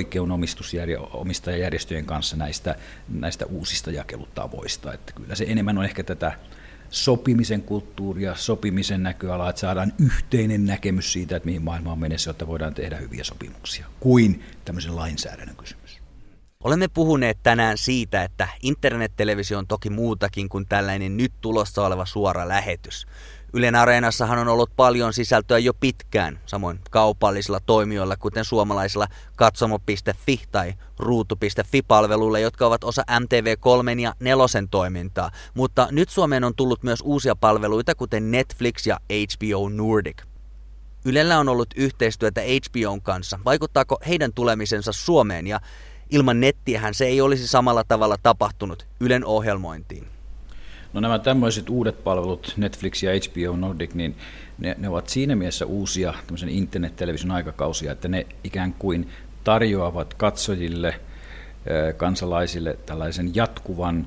[SPEAKER 5] oikeunomistajajärjestöjen kanssa näistä, näistä uusista jakelutavoista. Että kyllä se enemmän on ehkä tätä sopimisen kulttuuria, sopimisen näköalaa, että saadaan yhteinen näkemys siitä, että mihin maailma on mennessä, jotta voidaan tehdä hyviä sopimuksia, kuin tämmöisen lainsäädännön kysymys.
[SPEAKER 1] Olemme puhuneet tänään siitä, että internettelevisio on toki muutakin kuin tällainen nyt tulossa oleva suora lähetys. Ylen Areenassahan on ollut paljon sisältöä jo pitkään, samoin kaupallisilla toimijoilla, kuten suomalaisilla katsomo piste fi tai ruutu piste fi-palveluilla, jotka ovat osa M T V kolme ja nelosen toimintaa. Mutta nyt Suomeen on tullut myös uusia palveluita, kuten Netflix ja H B O Nordic. Ylellä on ollut yhteistyötä H B O:n kanssa. Vaikuttaako heidän tulemisensa Suomeen, ja ilman nettiähän se ei olisi samalla tavalla tapahtunut Ylen ohjelmointiin?
[SPEAKER 5] No nämä tämmöiset uudet palvelut, Netflix ja H B O Nordic, niin ne, ne ovat siinä mielessä uusia tämmöisen internet-television aikakausia, että ne ikään kuin tarjoavat katsojille, kansalaisille tällaisen jatkuvan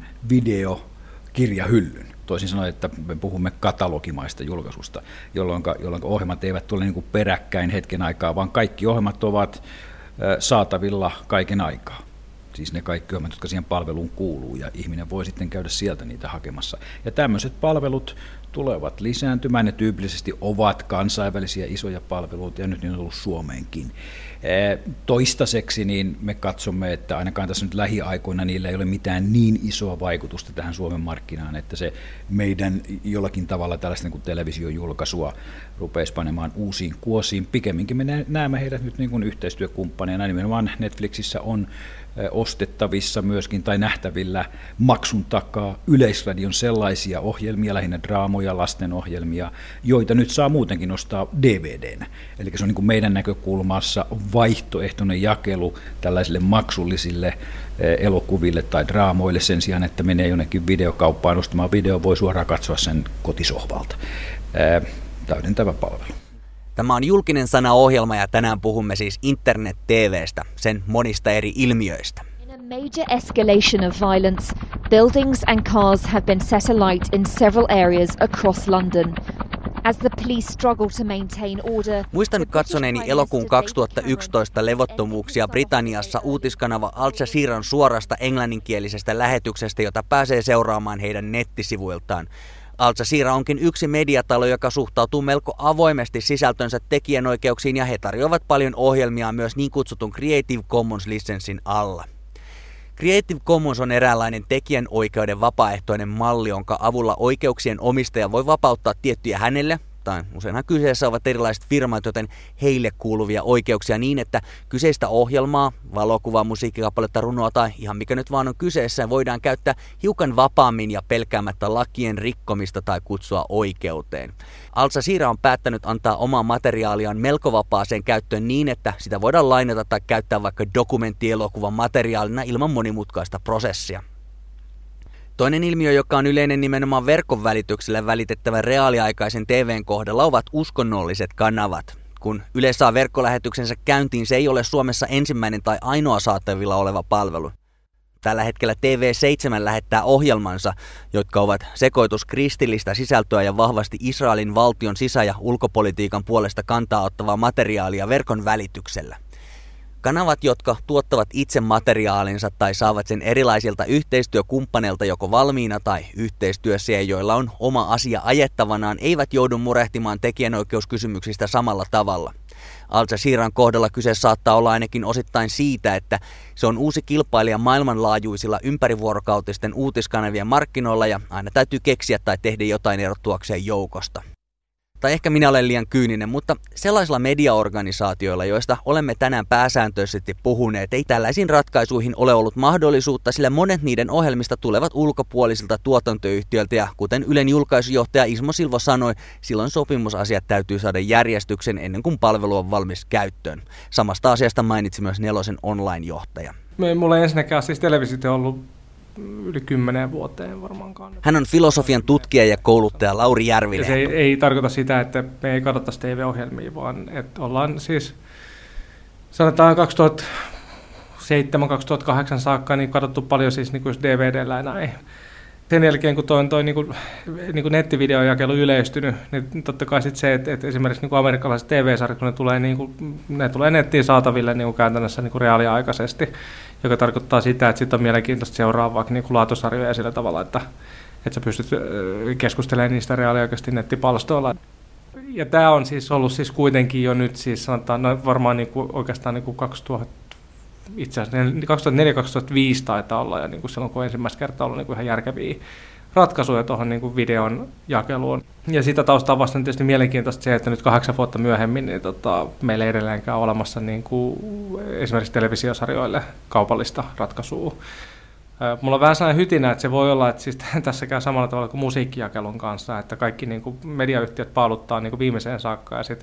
[SPEAKER 5] videokirjahyllyn. Toisin sanoen, että me puhumme katalogimaista julkaisusta, jolloin, jolloin ohjelmat eivät tule niin kuin peräkkäin hetken aikaa, vaan kaikki ohjelmat ovat saatavilla kaiken aikaa. Siis ne kaikki ohjelmat, jotka siihen palveluun kuuluu, ja ihminen voi sitten käydä sieltä niitä hakemassa. Ja tämmöiset palvelut tulevat lisääntymään, ne tyypillisesti ovat kansainvälisiä isoja palveluita, ja nyt ne on tullut Suomeenkin. Toistaiseksi niin me katsomme, että ainakaan tässä nyt lähiaikoina niillä ei ole mitään niin isoa vaikutusta tähän Suomen markkinaan, että se meidän jollakin tavalla tällaista niin kuin televisiojulkaisua rupeaisi panemaan uusiin kuosiin. Pikemminkin me näemme heidät nyt niin kuin yhteistyökumppaneina, nimenomaan Netflixissä on ostettavissa myöskin tai nähtävillä maksun takaa Yleisradion sellaisia ohjelmia, lähinnä draamoja, lastenohjelmia, joita nyt saa muutenkin ostaa D V D:nä. Eli se on niin kuin meidän näkökulmassa vaihtoehtoinen jakelu tällaisille maksullisille elokuville tai draamoille sen sijaan, että menee jonnekin videokauppaan ostamaan video, voi suoraan katsoa sen kotisohvalta. Täydentävä palvelu.
[SPEAKER 1] Tämä on Julkinen sana-ohjelma ja tänään puhumme siis internet-T V:stä, sen monista eri ilmiöistä.
[SPEAKER 6] In a major escalation of violence, buildings and cars have been set alight in several areas across London. As the police struggle to maintain order,
[SPEAKER 1] Muistan katsoneeni elokuun kaksituhattayksitoista levottomuuksia Britanniassa uutiskanava Al Jazeeran suorasta englanninkielisestä lähetyksestä, jota pääsee seuraamaan heidän nettisivuiltaan. Al Jazeera onkin yksi mediatalo, joka suhtautuu melko avoimesti sisältönsä tekijänoikeuksiin, ja he tarjoavat paljon ohjelmia myös niin kutsutun Creative Commons-lisenssin alla. Creative Commons on eräänlainen tekijänoikeuden vapaaehtoinen malli, jonka avulla oikeuksien omistaja voi vapauttaa tiettyjä hänelle, tai useinhan kyseessä ovat erilaiset firmat, joten heille kuuluvia oikeuksia niin, että kyseistä ohjelmaa, valokuvaa, musiikkikappaletta, runoa tai ihan mikä nyt vaan on kyseessä, voidaan käyttää hiukan vapaammin ja pelkäämättä lakien rikkomista tai kutsua oikeuteen. Al Jazeera on päättänyt antaa omaa materiaaliaan melko vapaaseen käyttöön niin, että sitä voidaan lainata tai käyttää vaikka dokumenttielokuvan materiaalina ilman monimutkaista prosessia. Toinen ilmiö, joka on yleinen nimenomaan verkon välityksellä välitettävän reaaliaikaisen T V:n kohdalla, ovat uskonnolliset kanavat. Kun Yle saa verkkolähetyksensä käyntiin, se ei ole Suomessa ensimmäinen tai ainoa saatavilla oleva palvelu. Tällä hetkellä T V seitsemän lähettää ohjelmansa, jotka ovat sekoitus kristillistä sisältöä ja vahvasti Israelin valtion sisä- ja ulkopolitiikan puolesta kantaa ottavaa materiaalia verkon välityksellä. Kanavat, jotka tuottavat itse materiaalinsa tai saavat sen erilaisilta yhteistyökumppaneilta joko valmiina tai yhteistyössä, joilla on oma asia ajettavanaan, eivät joudu murehtimaan tekijänoikeuskysymyksistä samalla tavalla. Al Jazeeran kohdalla kyse saattaa olla ainakin osittain siitä, että se on uusi kilpailija maailmanlaajuisilla ympärivuorokautisten uutiskanavien markkinoilla ja aina täytyy keksiä tai tehdä jotain erottuakseen joukosta. Tai ehkä minä olen liian kyyninen, mutta sellaisilla mediaorganisaatioilla, joista olemme tänään pääsääntöisesti puhuneet, ei tällaisiin ratkaisuihin ole ollut mahdollisuutta, sillä monet niiden ohjelmista tulevat ulkopuolisilta tuotantoyhtiöiltä ja kuten Ylen julkaisujohtaja Ismo Silvo sanoi, silloin sopimusasiat täytyy saada järjestyksen ennen kuin palvelu on valmis käyttöön. Samasta asiasta mainitsi myös Nelosen online-johtaja.
[SPEAKER 7] Mulla ei ensinnäkään siis televisiota ollut yli kymmeneen vuoteen varmaankaan.
[SPEAKER 1] Hän on filosofian tutkija ja kouluttaja Lauri Järvilehto.
[SPEAKER 7] Se ei, ei tarkoita sitä, että me ei katsottaisi T V-ohjelmia, vaan että ollaan siis, sanotaan kaksituhattaseitsemän kaksituhattakahdeksan saakka niin katsottu paljon siis niin kuin D V D:llä ja näin. Sen jälkeen, kun toi, toi niin kuin, niin kuin nettivideojakelu yleistynyt, niin totta kai sit se, että, että esimerkiksi niin kuin amerikkalaiset T V-sarjat, kun ne tulee, niin kuin, ne tulee nettiin saataville niin kuin käytännössä niin kuin reaaliaikaisesti, joka tarkoittaa sitä, että sitten on mielenkiintoista seuraa vaikka niin kuin laatusarjoja sillä tavalla, että, että sä pystyt keskustelemaan niistä reaaliaikaisesti nettipalstoilla. Ja tämä on siis ollut siis kuitenkin jo nyt, siis sanotaan, no varmaan niin kuin oikeastaan niin kuin kaksituhatta, itse asiassa kaksituhattaneljä kaksituhattaviisi taitaa olla, ja niin kuin silloin kun ensimmäistä kertaa ollut niin kuin ihan järkeviä ratkaisuja tuohon niin kuin videon jakeluun. Ja sitä taustaa vastaan tietysti mielenkiintoista se, että nyt kahdeksan vuotta myöhemmin niin tota, meillä ei edelleenkään ole olemassa niin kuin esimerkiksi televisiosarjoille kaupallista ratkaisua. Mulla on vähän sellainen hytinä, että se voi olla, että siis tässä käy samalla tavalla kuin musiikkijakelun kanssa, että kaikki niin kuin mediayhtiöt paaluttaa niin kuin viimeiseen saakka ja sitten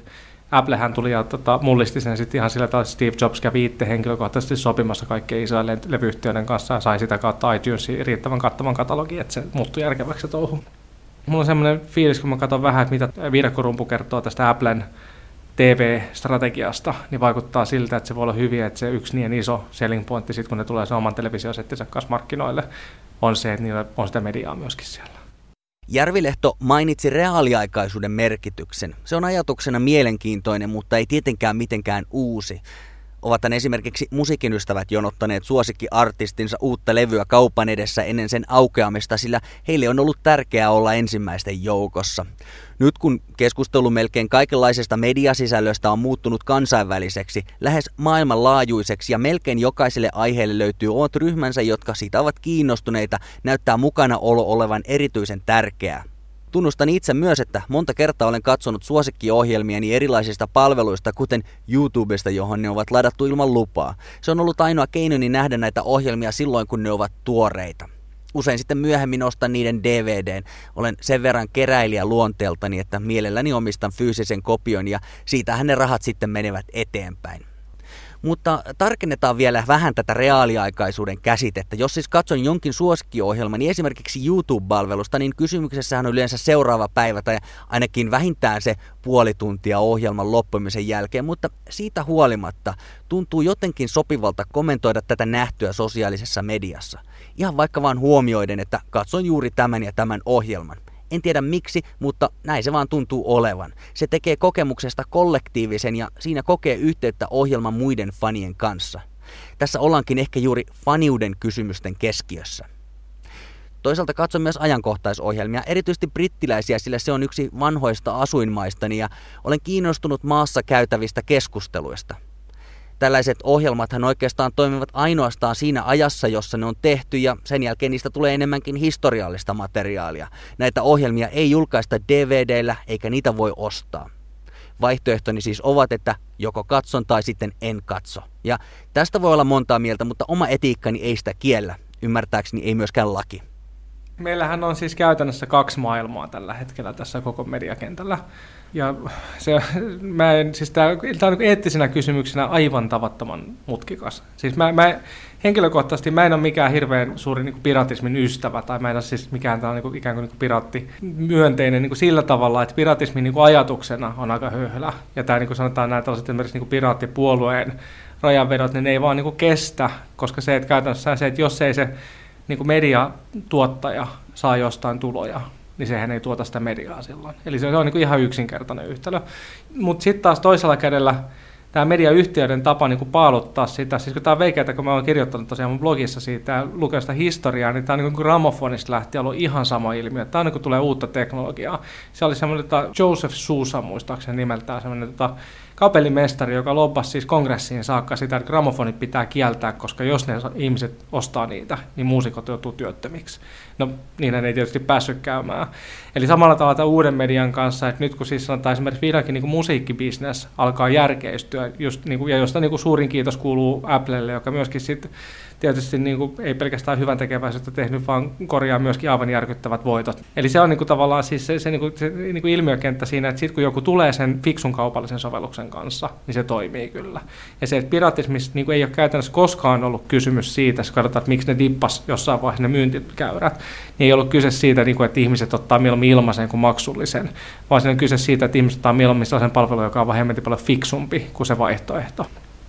[SPEAKER 7] Applehän tuli ja tota, mullisti sen sitten ihan sillä tavalla, että Steve Jobs kävi itse henkilökohtaisesti sopimassa kaikkien isojen levyyhtiöiden kanssa ja sai sitä kautta iTunesin riittävän kattavan katalogin, että se muuttui järkeväksi se touhu. Mulla on semmoinen fiilis, kun mä katson vähän, että mitä viidakkorumpu kertoo tästä Applen T V-strategiasta, niin vaikuttaa siltä, että se voi olla hyvin, että se yksi niin iso selling pointti, sit kun ne tulee sen oman televisiosettinsä kanssa markkinoille, on se, että niillä on sitä mediaa myöskin siellä.
[SPEAKER 1] Järvilehto mainitsi reaaliaikaisuuden merkityksen. Se on ajatuksena mielenkiintoinen, mutta ei tietenkään mitenkään uusi. Ovathan esimerkiksi musiikin ystävät jonottaneet suosikkiartistinsa uutta levyä kaupan edessä ennen sen aukeamista, sillä heille on ollut tärkeää olla ensimmäisten joukossa. Nyt kun keskustelu melkein kaikenlaisesta mediasisällöstä on muuttunut kansainväliseksi, lähes maailmanlaajuiseksi ja melkein jokaiselle aiheelle löytyy omat ryhmänsä, jotka siitä ovat kiinnostuneita, näyttää mukanaolo olevan erityisen tärkeää. Tunnustan itse myös, että monta kertaa olen katsonut suosikkiohjelmiani erilaisista palveluista, kuten YouTubesta, johon ne ovat ladattu ilman lupaa. Se on ollut ainoa keinoni nähdä näitä ohjelmia silloin, kun ne ovat tuoreita. Usein sitten myöhemmin ostan niiden D V D:n. Olen sen verran keräilijä luonteeltani, että mielelläni omistan fyysisen kopion ja siitähän ne rahat sitten menevät eteenpäin. Mutta tarkennetaan vielä vähän tätä reaaliaikaisuuden käsitettä. Jos siis katson jonkin suosikkiohjelman, niin esimerkiksi YouTube-palvelusta, niin kysymyksessähän on yleensä seuraava päivä tai ainakin vähintään se puoli tuntia ohjelman loppumisen jälkeen, mutta siitä huolimatta tuntuu jotenkin sopivalta kommentoida tätä nähtyä sosiaalisessa mediassa. Ihan vaikka vaan huomioiden, että katson juuri tämän ja tämän ohjelman. En tiedä miksi, mutta näin se vaan tuntuu olevan. Se tekee kokemuksesta kollektiivisen ja siinä kokee yhteyttä ohjelman muiden fanien kanssa. Tässä ollaankin ehkä juuri faniuden kysymysten keskiössä. Toisaalta katson myös ajankohtaisohjelmia, erityisesti brittiläisiä, sillä se on yksi vanhoista asuinmaistani ja olen kiinnostunut maassa käytävistä keskusteluista. Tällaiset ohjelmathan oikeastaan toimivat ainoastaan siinä ajassa, jossa ne on tehty ja sen jälkeen niistä tulee enemmänkin historiallista materiaalia. Näitä ohjelmia ei julkaista D V D:llä eikä niitä voi ostaa. Vaihtoehtoni siis ovat, että joko katson tai sitten en katso. Ja tästä voi olla montaa mieltä, mutta oma etiikkani ei sitä kiellä. Ymmärtääkseni ei myöskään laki.
[SPEAKER 7] Meillähän on siis käytännössä kaksi maailmaa tällä hetkellä tässä koko mediakentällä. Ja se, mä en, siis tämä, tämä on eettisenä kysymyksenä aivan tavattoman mutkikas. Siis mä, mä henkilökohtaisesti mä en ole mikään hirveän suuri niin kuin piratismin ystävä, tai mä en ole siis mikään tämä, niin kuin, ikään kuin, niin kuin piraatti myönteinen niin kuin sillä tavalla, että piratismin niin kuin ajatuksena on aika höhlä. Ja tämä niin kuin sanotaan nämä tällaiset esimerkiksi niin kuin piraattipuolueen rajanvedot, niin ne ei vaan niin kuin kestä, koska se, että käytännössä se, että jos ei se niin kuin mediatuottaja saa jostain tuloja, niin sehän ei tuota sitä mediaa silloin. Eli se on niin kuin ihan yksinkertainen yhtälö. Mutta sitten taas toisella kädellä tämä mediayhtiöiden tapa niin kuin paaluttaa sitä, siis kun tämä on veikeätä, kun mä olen kirjoittanut tosiaan mun blogissa siitä ja lukenut sitä historiaa, niin tämä on niin kuin gramofonista lähtien ollut ihan sama ilmiö. Tämä on niin kuin tulee uutta teknologiaa. Se oli semmoinen tota Joseph Sousa, muistaakseni nimeltään, semmoinen tota kapellimestari, joka lobbasi siis kongressiin saakka sitä, että gramofonit pitää kieltää, koska jos ne ihmiset ostaa niitä, niin muusikot joutuu työttömiksi. No, niin ei tietysti päässyt käymään. Eli samalla tavalla tämän uuden median kanssa, että nyt kun siis sanotaan esimerkiksi vihdoinkin niin kuin musiikkibisnes alkaa järkeistyä, just, niin kuin, ja josta niin kuin suurin kiitos kuuluu Applelle, joka myöskin sitten tietysti niin kuin, ei pelkästään hyvän tekeväisyyttä tehnyt, vaan korjaa myöskin aivan järkyttävät voitot. Eli se on niin kuin, tavallaan siis se, se, niin kuin, se niin kuin ilmiökenttä siinä, että sitten kun joku tulee sen fiksun kaupallisen sovelluksen kanssa, niin se toimii kyllä. Ja se, että piratismissa niin kuin ei ole käytännössä koskaan ollut kysymys siitä, jos katsotaan, että miksi ne dippas jossain vaiheessa ne myyntikäyrät, niin ei ollut kyse siitä, niin kuin, että ihmiset ottaa mieluummin ilmaisen kuin maksullisen, vaan siinä on kyse siitä, että ihmiset ottaa mieluummin sellaisen palvelun, joka on vähemmän paljon fiksumpi kuin se vaihtoehto.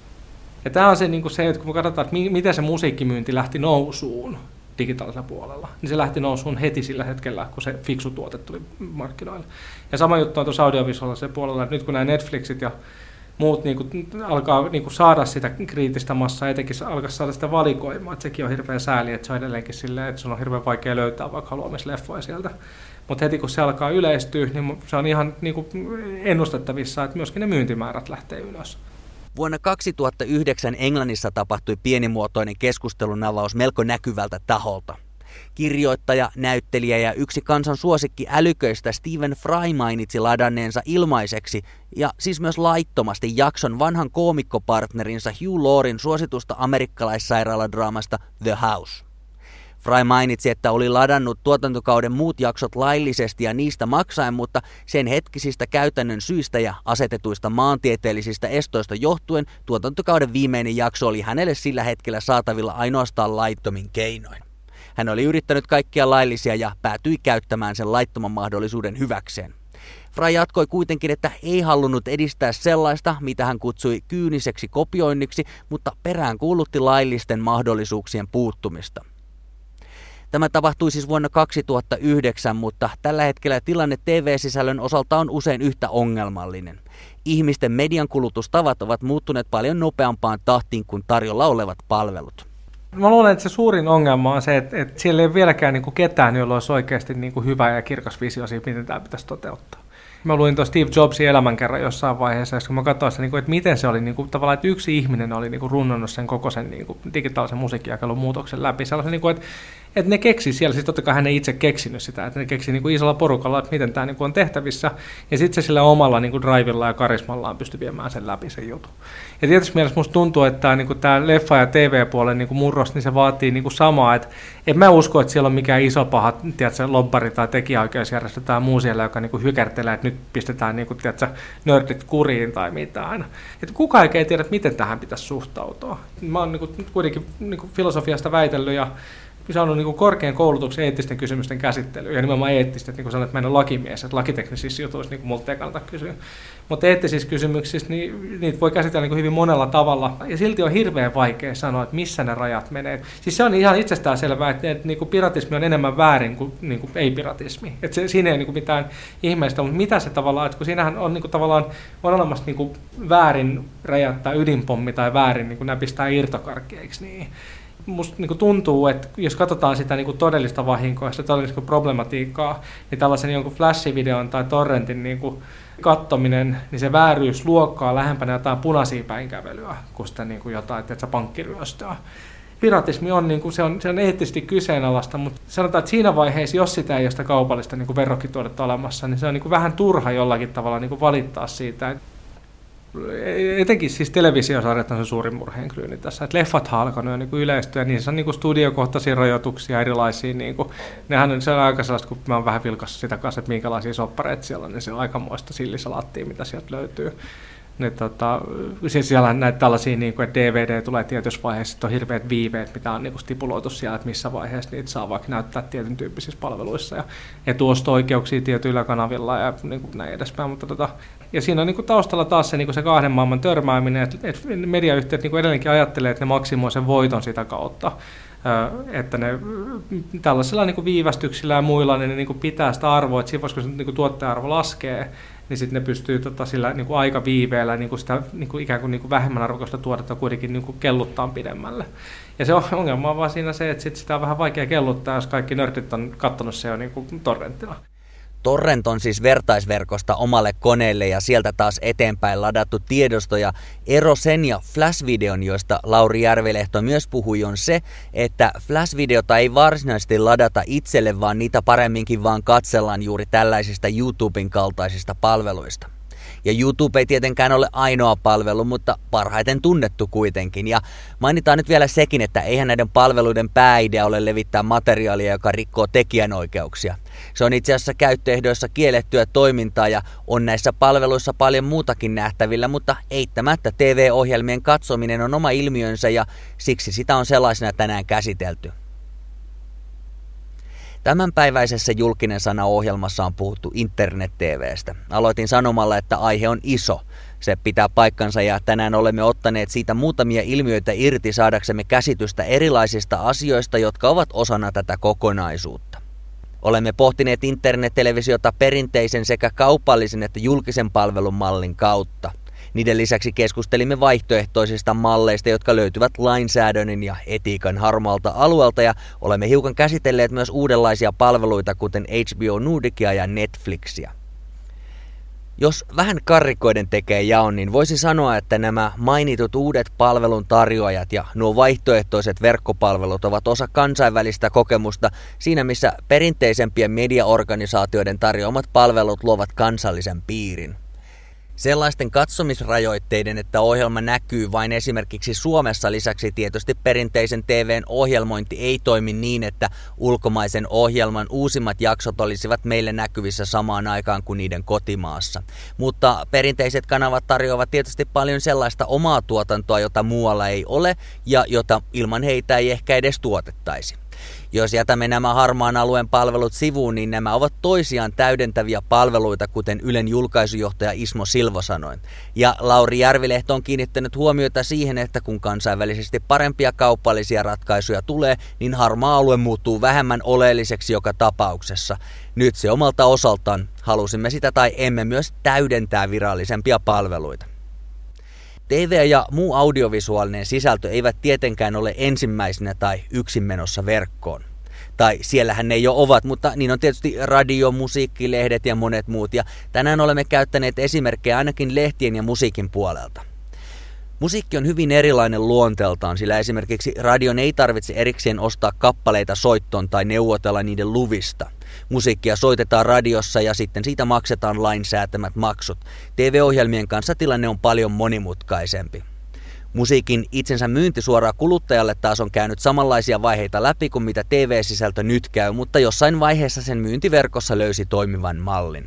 [SPEAKER 7] Ja tämä on se, niin kuin se, että kun me katsotaan, että miten se musiikkimyynti lähti nousuun digitaalisella puolella, niin se lähti nousuun heti sillä hetkellä, kun se fiksu tuote tuli markkinoille. Ja sama juttu on tuossa audiovisuaalisella puolella, että nyt kun nämä Netflixit ja muut niin kuin, alkaa niin kuin saada sitä kriittistä massaa, etenkin alkaa saada sitä valikoimaa, että sekin on hirveän sääli, että se on edelleenkin silleen, että sun on hirveän vaikea löytää vaikka haluamisleffoja sieltä. Mutta heti kun se alkaa yleistyä, niin se on ihan niin kuin ennustettavissa, että myöskin ne myyntimäärät lähtee ylös.
[SPEAKER 1] Vuonna kaksituhattayhdeksän Englannissa tapahtui pienimuotoinen keskustelun avaus melko näkyvältä taholta. Kirjoittaja, näyttelijä ja yksi kansan suosikki älyköistä Stephen Fry mainitsi ladanneensa ilmaiseksi ja siis myös laittomasti jakson vanhan koomikkopartnerinsa Hugh Laurin suositusta amerikkalaissairaaladraamasta The House. Fry mainitsi, että oli ladannut tuotantokauden muut jaksot laillisesti ja niistä maksaen, mutta sen hetkisistä käytännön syistä ja asetetuista maantieteellisistä estoista johtuen tuotantokauden viimeinen jakso oli hänelle sillä hetkellä saatavilla ainoastaan laittomin keinoin. Hän oli yrittänyt kaikkia laillisia ja päätyi käyttämään sen laittoman mahdollisuuden hyväkseen. Fry jatkoi kuitenkin, että ei halunnut edistää sellaista, mitä hän kutsui kyyniseksi kopioinniksi, mutta peräänkuulutti laillisten mahdollisuuksien puuttumista. Tämä tapahtui siis vuonna kaksituhattayhdeksän, mutta tällä hetkellä tilanne T V-sisällön osalta on usein yhtä ongelmallinen. Ihmisten mediankulutustavat ovat muuttuneet paljon nopeampaan tahtiin kuin tarjolla olevat palvelut.
[SPEAKER 7] Mä luulen, että se suurin ongelma on se, että, että siellä ei ole vieläkään niin kuin ketään, jolla olisi oikeasti niin kuin hyvä ja kirkas visio siitä, miten tämä pitäisi toteuttaa. Mä luin tuon Steve Jobsin elämänkerran jossain vaiheessa, kun mä katsoin sitä, että miten se oli, niin kuin, tavallaan, että yksi ihminen oli niin kuin runnonnut sen koko sen niin kuin digitaalisen musiikkijakelun muutoksen läpi. Sellaisen, niin kuin, että, että ne keksi siellä, siis totta kai hän ei itse keksinyt sitä, että ne keksi niin kuin isolla porukalla, että miten tämä niin kuin on tehtävissä, ja sitten se sillä omalla niin kuin drivilla ja karismallaan pystyi viemään sen läpi sen jutun. Ja tietysti mielessä musta tuntuu, että tämä, niin kuin tämä leffa- ja T V-puolen niin kuin murros, niin se vaatii niin kuin samaa, että en mä usko, että siellä on mikään iso paha, tiedätkö, lobbari tai tekijäoikeusjärjestö tai muu siellä, joka niin kuin hykertelee, että nyt pistetään niin kuin, tiedätkö, nördit kuriin tai mitään. Että kukaan ei tiedä, miten tähän pitäisi suhtautua. Mä oon niin kuin, kuitenkin niin kuin filosofiasta väitellyt ja saanut niin kuin korkean koulutuksen eettisten kysymysten käsittelyyn, ja nimenomaan eettistä, että niin kuin sanoin, että mä en ole lakimies, että lakiteknisissä jutuissa niin multa ei kannata kysyä. Mutta eettisissä kysymyksissä niin, niitä voi käsitellä niin kuin hyvin monella tavalla, ja silti on hirveän vaikea sanoa, että missä ne rajat menee. Siis se on ihan itsestään selvää, että, että niin kuin piratismi on enemmän väärin kuin, niin kuin ei-piratismi. Että se, siinä ei niin kuin mitään ihmeistä, mutta mitä se tavallaan, että kun siinähän on niin kuin tavallaan on olemassa niin kuin väärin räjättää ydinpommi tai väärin niin kuin näpistää irtokarkeiksi, niin musta niin kuin tuntuu, että jos katsotaan sitä niin kuin todellista vahinkoa ja sitä todellista problematiikkaa, niin tällaisen jonkun flash-videon tai torrentin niin kuin kattominen, niin se vääryys luokkaa lähempänä jotain punaisia päinkävelyä kuin sitä niin kuin jotain, että pankkiryöstöä. Piratismi on, niin kuin, se on, se on eettisesti kyseenalaista, mutta sanotaan, että siinä vaiheessa, jos sitä ei ole sitä kaupallista niin kuin verrokkituotetta olemassa, niin se on niin kuin vähän turha jollakin tavalla niin kuin valittaa siitä. Etenkin siis televisiosarjat on se suurin murheenkryyni tässä, että leffathan alkanut jo niin kuin yleistyä, niissä on niin kuin studiokohtaisia rajoituksia erilaisia, niin kuin, nehän on, se on aika sellaista, kun mä oon vähän vilkassut sitä kanssa, että minkälaisia soppareita siellä on, niin se on aikamoista sillisalaattia, mitä sieltä löytyy. Ne, tota, siis siellä on näitä tällaisia, niin kuin, että D V D tulee tietyssä vaiheessa, että on hirveät viiveet, mitä on niin kuin stipuloitu siellä, että missä vaiheessa niitä saa vaikka näyttää tietyn tyyppisissä palveluissa ja etuosto-oikeuksia tietyillä kanavilla ja niin kuin näin edespäin. Mutta, tota, ja siinä on niin kuin taustalla taas se, niin kuin se kahden maailman törmääminen, että, että mediayhtiöt niin kuin edelleenkin ajattelee, että ne maksimoi sen voiton sitä kautta. Että ne tällaisilla niin kuin viivästyksillä ja muilla niin ne niin kuin pitää sitä arvoa, että siinä vaiheessa, kun se niin kuin tuottaja-arvo laskee, niin sitten ne pystyy tota, sillä niin kuin aikaviiveellä niin kuin sitä niin kuin ikään kuin, niin kuin vähemmän arvokasta tuotetta kuitenkin niin kuin kelluttaa pidemmälle. Ja se ongelma on vaan siinä se, että sit sitä on vähän vaikea kelluttaa, jos kaikki nörtit on katsonut se jo niin kuin torrenttina.
[SPEAKER 1] Torrent on siis vertaisverkosta omalle koneelle ja sieltä taas eteenpäin ladattu tiedosto, ja ero sen ja Flash-videon, joista Lauri Järvilehto myös puhui, on se, että Flash-videota ei varsinaisesti ladata itselle, vaan niitä paremminkin vaan katsellaan juuri tällaisista YouTuben kaltaisista palveluista. Ja YouTube ei tietenkään ole ainoa palvelu, mutta parhaiten tunnettu kuitenkin. Ja mainitaan nyt vielä sekin, että eihän näiden palveluiden pääidea ole levittää materiaalia, joka rikkoo tekijänoikeuksia. Se on itse asiassa käyttöehdoissa kiellettyä toimintaa ja on näissä palveluissa paljon muutakin nähtävillä, mutta eittämättä T V-ohjelmien katsominen on oma ilmiönsä ja siksi sitä on sellaisena tänään käsitelty. Tämänpäiväisessä Julkinen sana -ohjelmassa on puhuttu internet-T V:stä. Aloitin sanomalla, että aihe on iso. Se pitää paikkansa ja tänään olemme ottaneet siitä muutamia ilmiöitä irti saadaksemme käsitystä erilaisista asioista, jotka ovat osana tätä kokonaisuutta. Olemme pohtineet internet-televisiota perinteisen sekä kaupallisen että julkisen palvelun mallin kautta. Niiden lisäksi keskustelimme vaihtoehtoisista malleista, jotka löytyvät lainsäädännön ja etiikan harmaalta alueelta, ja olemme hiukan käsitelleet myös uudenlaisia palveluita, kuten H B O Nordicia ja Netflixiä. Jos vähän karrikoiden tekee jaon, niin voisi sanoa, että nämä mainitut uudet palveluntarjoajat ja nuo vaihtoehtoiset verkkopalvelut ovat osa kansainvälistä kokemusta siinä, missä perinteisempien mediaorganisaatioiden tarjoamat palvelut luovat kansallisen piirin. Sellaisten katsomisrajoitteiden, että ohjelma näkyy vain esimerkiksi Suomessa, lisäksi tietysti perinteisen T V:n ohjelmointi ei toimi niin, että ulkomaisen ohjelman uusimmat jaksot olisivat meille näkyvissä samaan aikaan kuin niiden kotimaassa. Mutta perinteiset kanavat tarjoavat tietysti paljon sellaista omaa tuotantoa, jota muualla ei ole ja jota ilman heitä ei ehkä edes tuotettaisi. Jos jätämme nämä harmaan alueen palvelut sivuun, niin nämä ovat toisiaan täydentäviä palveluita, kuten Ylen julkaisujohtaja Ismo Silvo sanoi. Ja Lauri Järvilehto on kiinnittänyt huomiota siihen, että kun kansainvälisesti parempia kaupallisia ratkaisuja tulee, niin harmaa alue muuttuu vähemmän oleelliseksi joka tapauksessa. Nyt se omalta osaltaan, halusimme sitä tai emme, myös täydentää virallisempia palveluita. T V ja muu audiovisuaalinen sisältö eivät tietenkään ole ensimmäisenä tai yksin menossa verkkoon. Tai siellähän ne jo ovat, mutta niin on tietysti radio, musiikki, lehdet ja monet muut. Ja tänään olemme käyttäneet esimerkkejä ainakin lehtien ja musiikin puolelta. Musiikki on hyvin erilainen luonteeltaan, sillä esimerkiksi radion ei tarvitse erikseen ostaa kappaleita soittoon tai neuvotella niiden luvista. Musiikkia soitetaan radiossa ja sitten siitä maksetaan lainsäätämät maksut. T V-ohjelmien kanssa tilanne on paljon monimutkaisempi. Musiikin itsensä myynti suoraan kuluttajalle taas on käynyt samanlaisia vaiheita läpi kuin mitä T V-sisältö nyt käy, mutta jossain vaiheessa sen myyntiverkossa löysi toimivan mallin.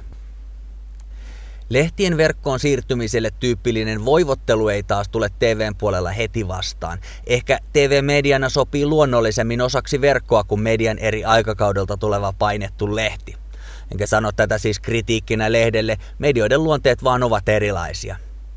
[SPEAKER 1] Lehtien verkkoon siirtymiselle tyypillinen voivottelu ei taas tule T V:n puolella heti vastaan. Ehkä T V-mediana sopii luonnollisemmin osaksi verkkoa kuin median eri aikakaudelta tuleva painettu lehti. Enkä sano tätä siis kritiikkinä lehdelle, medioiden luonteet vaan ovat erilaisia.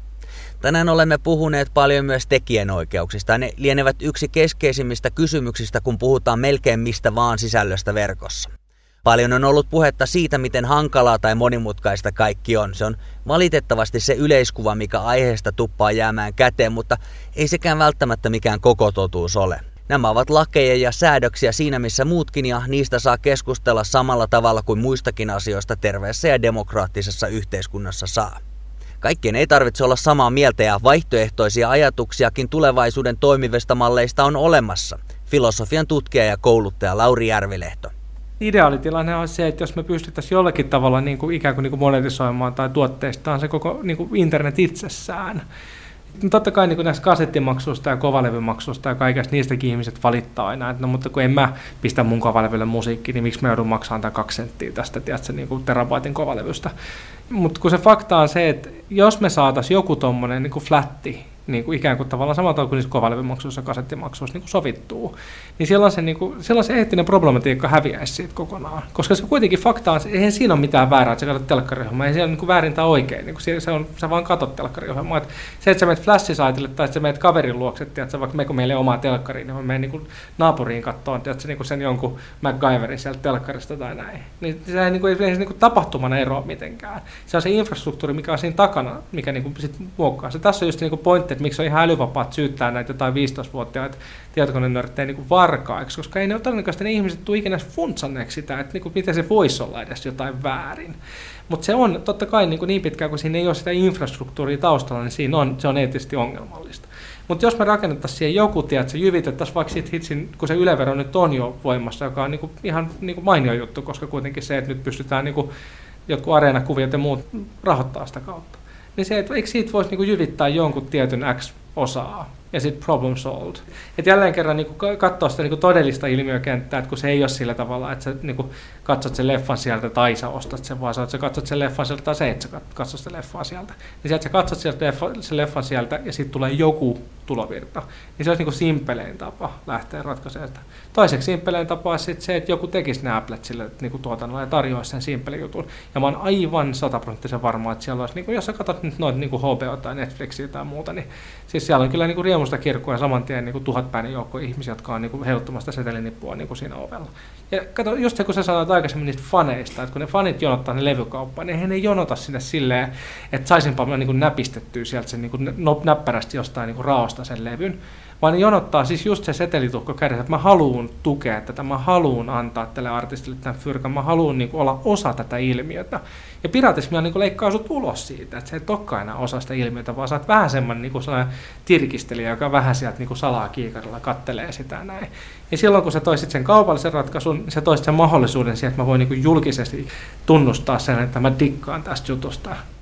[SPEAKER 1] Tänään olemme puhuneet paljon myös tekijänoikeuksista. Ne lienevät yksi keskeisimmistä kysymyksistä, kun puhutaan melkein mistä vaan sisällöstä verkossa. Paljon on ollut puhetta siitä, miten hankalaa tai monimutkaista kaikki on. Se on valitettavasti se yleiskuva, mikä aiheesta tuppaa jäämään käteen, mutta ei sekään välttämättä mikään koko totuus ole. Nämä ovat lakeja ja säädöksiä siinä missä muutkin, ja niistä saa keskustella samalla tavalla kuin muistakin asioista terveessä ja demokraattisessa yhteiskunnassa saa. Kaikkien ei tarvitse olla samaa mieltä ja vaihtoehtoisia ajatuksiakin tulevaisuuden toimivista malleista on olemassa. Filosofian tutkija ja kouluttaja Lauri Järvilehto.
[SPEAKER 7] Ideaalitilanne on se, että jos me pystyttäisiin jollakin tavalla niin kuin ikään kuin, niin kuin monetisoimaan tai tuotteistaan se koko niin kuin internet itsessään. Totta kai niin kuin näistä kasettimaksuista ja kovalevymaksuista ja kaikesta niistäkin ihmiset valittaa aina, että no mutta kun en mä pistä mun kovalevylle musiikkia, niin miksi mä joudun maksamaan tämän kaksi senttiä tästä tiedätkö, niin kuin terabaitin kovalevystä. Mutta kun se fakta on se, että jos me saataisiin joku tommonen niin kuin flatti, niin kuin ikään kuin tavallaan samalla tavalla kuin niissä kovalevymaksuissa ja kasettimaksuissa niin kuin sovittuu, niin silloin se, niin kuin, silloin se eettinen problematiikka häviäisi siitä kokonaan. Koska se kuitenkin fakta on, eihän siinä ole mitään väärää, että sä katsot telkkariohjelmaa, ei siinä ole niin kuin väärin tai oikein, niin kuin se on, sä vaan katsot telkkariohjelmaa. Että se, että sä menet Flash-saitille tai että sä menet kaverin luokse, että vaikka me kun meillä ei ole omaa telkkariin, niin mä menen niin kuin naapuriin katsomaan, että niin kuin sen jonkun MacGyverin sieltä telkkarista tai näin. Niin se ei, niin kuin, ei se niin kuin tapahtumana eroa mitenkään. Se on se infrastruktuuri, mikä on siinä takana, mikä niin kuin sit muokkaa. Se tässä on just niin kuin pointti, että miksi on ihan älyvapaat syyttää näitä jotain viisitoistavuotiaita tietokonenörttejä niin varkaiksi, koska ei ne ole todennäköisesti ne ihmiset tule ikinä funtsanneeksi sitä, että niin kuin, miten se voisi olla edes jotain väärin. Mutta se on totta kai niin, niin pitkään, kun siinä ei ole sitä infrastruktuuria taustalla, niin siinä on, se on eettisesti ongelmallista. Mutta jos me rakennettaisiin siihen joku tie, että se jyvitettäisiin vaikka siitä hitsin, kun se ylevero nyt on jo voimassa, joka on niin kuin, ihan niin kuin mainio juttu, koska kuitenkin se, että nyt pystytään niin kuin, jotkut areenakuviot ja muut rahoittaa sitä kautta. Niin se, että eikö siitä voisi niinku jyvittää jonkun tietyn X-osaa ja sitten problem solved. Että jälleen kerran niinku katsoa sitä niinku todellista ilmiökenttää, että kun se ei ole sillä tavalla, että sä niinku katsot sen leffan sieltä tai sä ostat sen, vaan sä katsot sen leffan sieltä tai se et sä katsot sitä leffaa sieltä. Niin sieltä sä katsot sieltä leffa, sen leffan sieltä ja sitten tulee joku tulovirta. Niin se olisi niinku simpelein tapa lähteä ratkaisemaan sitä. Toiseksi simpelein tapa on sitten se, että joku tekisi ne applet sille niinku tuotannolla ja tarjoaisi sen simpelin jutun. Ja mä oon aivan sataprosenttisen varma, että siellä olisi, niinku, jos sä katsot nyt noita niinku H B O tai Netflixiä tai muuta, niin siis siellä on kyllä niinku riemusta kirkkoa ja saman tien niinku tuhatpäinen joukko ihmisiä, jotka on niinku heiluttamassa setelinippua niinku siinä ovella. Ja kato, just se, kun sä sanoit aikaisemmin niistä faneista, että kun ne fanit jonottaa ne levykauppaan, niin eihän ne jonota sinne silleen, että saisinpa niinku näpistettyä sieltä sen niinku näppärästi jostain niinku raosta sen levyn, vaan ne jonottaa siis just se setelitukko kädessä, että mä haluun tukea tätä, mä haluun antaa tälle artistille tämän fyrkan, mä haluun niinku olla osa tätä ilmiötä. Ja piratismia niinku leikkaa sut ulos siitä, että sä et olekaan enää osa sitä ilmiötä, vaan sä oot vähän semmoinen niinku sellainen tirkistelijä, joka vähän sieltä niinku salaa kiikarilla kattelee sitä näin. Ja silloin kun sä toisit sen kaupallisen ratkaisun, sä toisit sen mahdollisuuden siihen, että mä voin niinku julkisesti tunnustaa sen, että mä dikkaan tästä jutusta.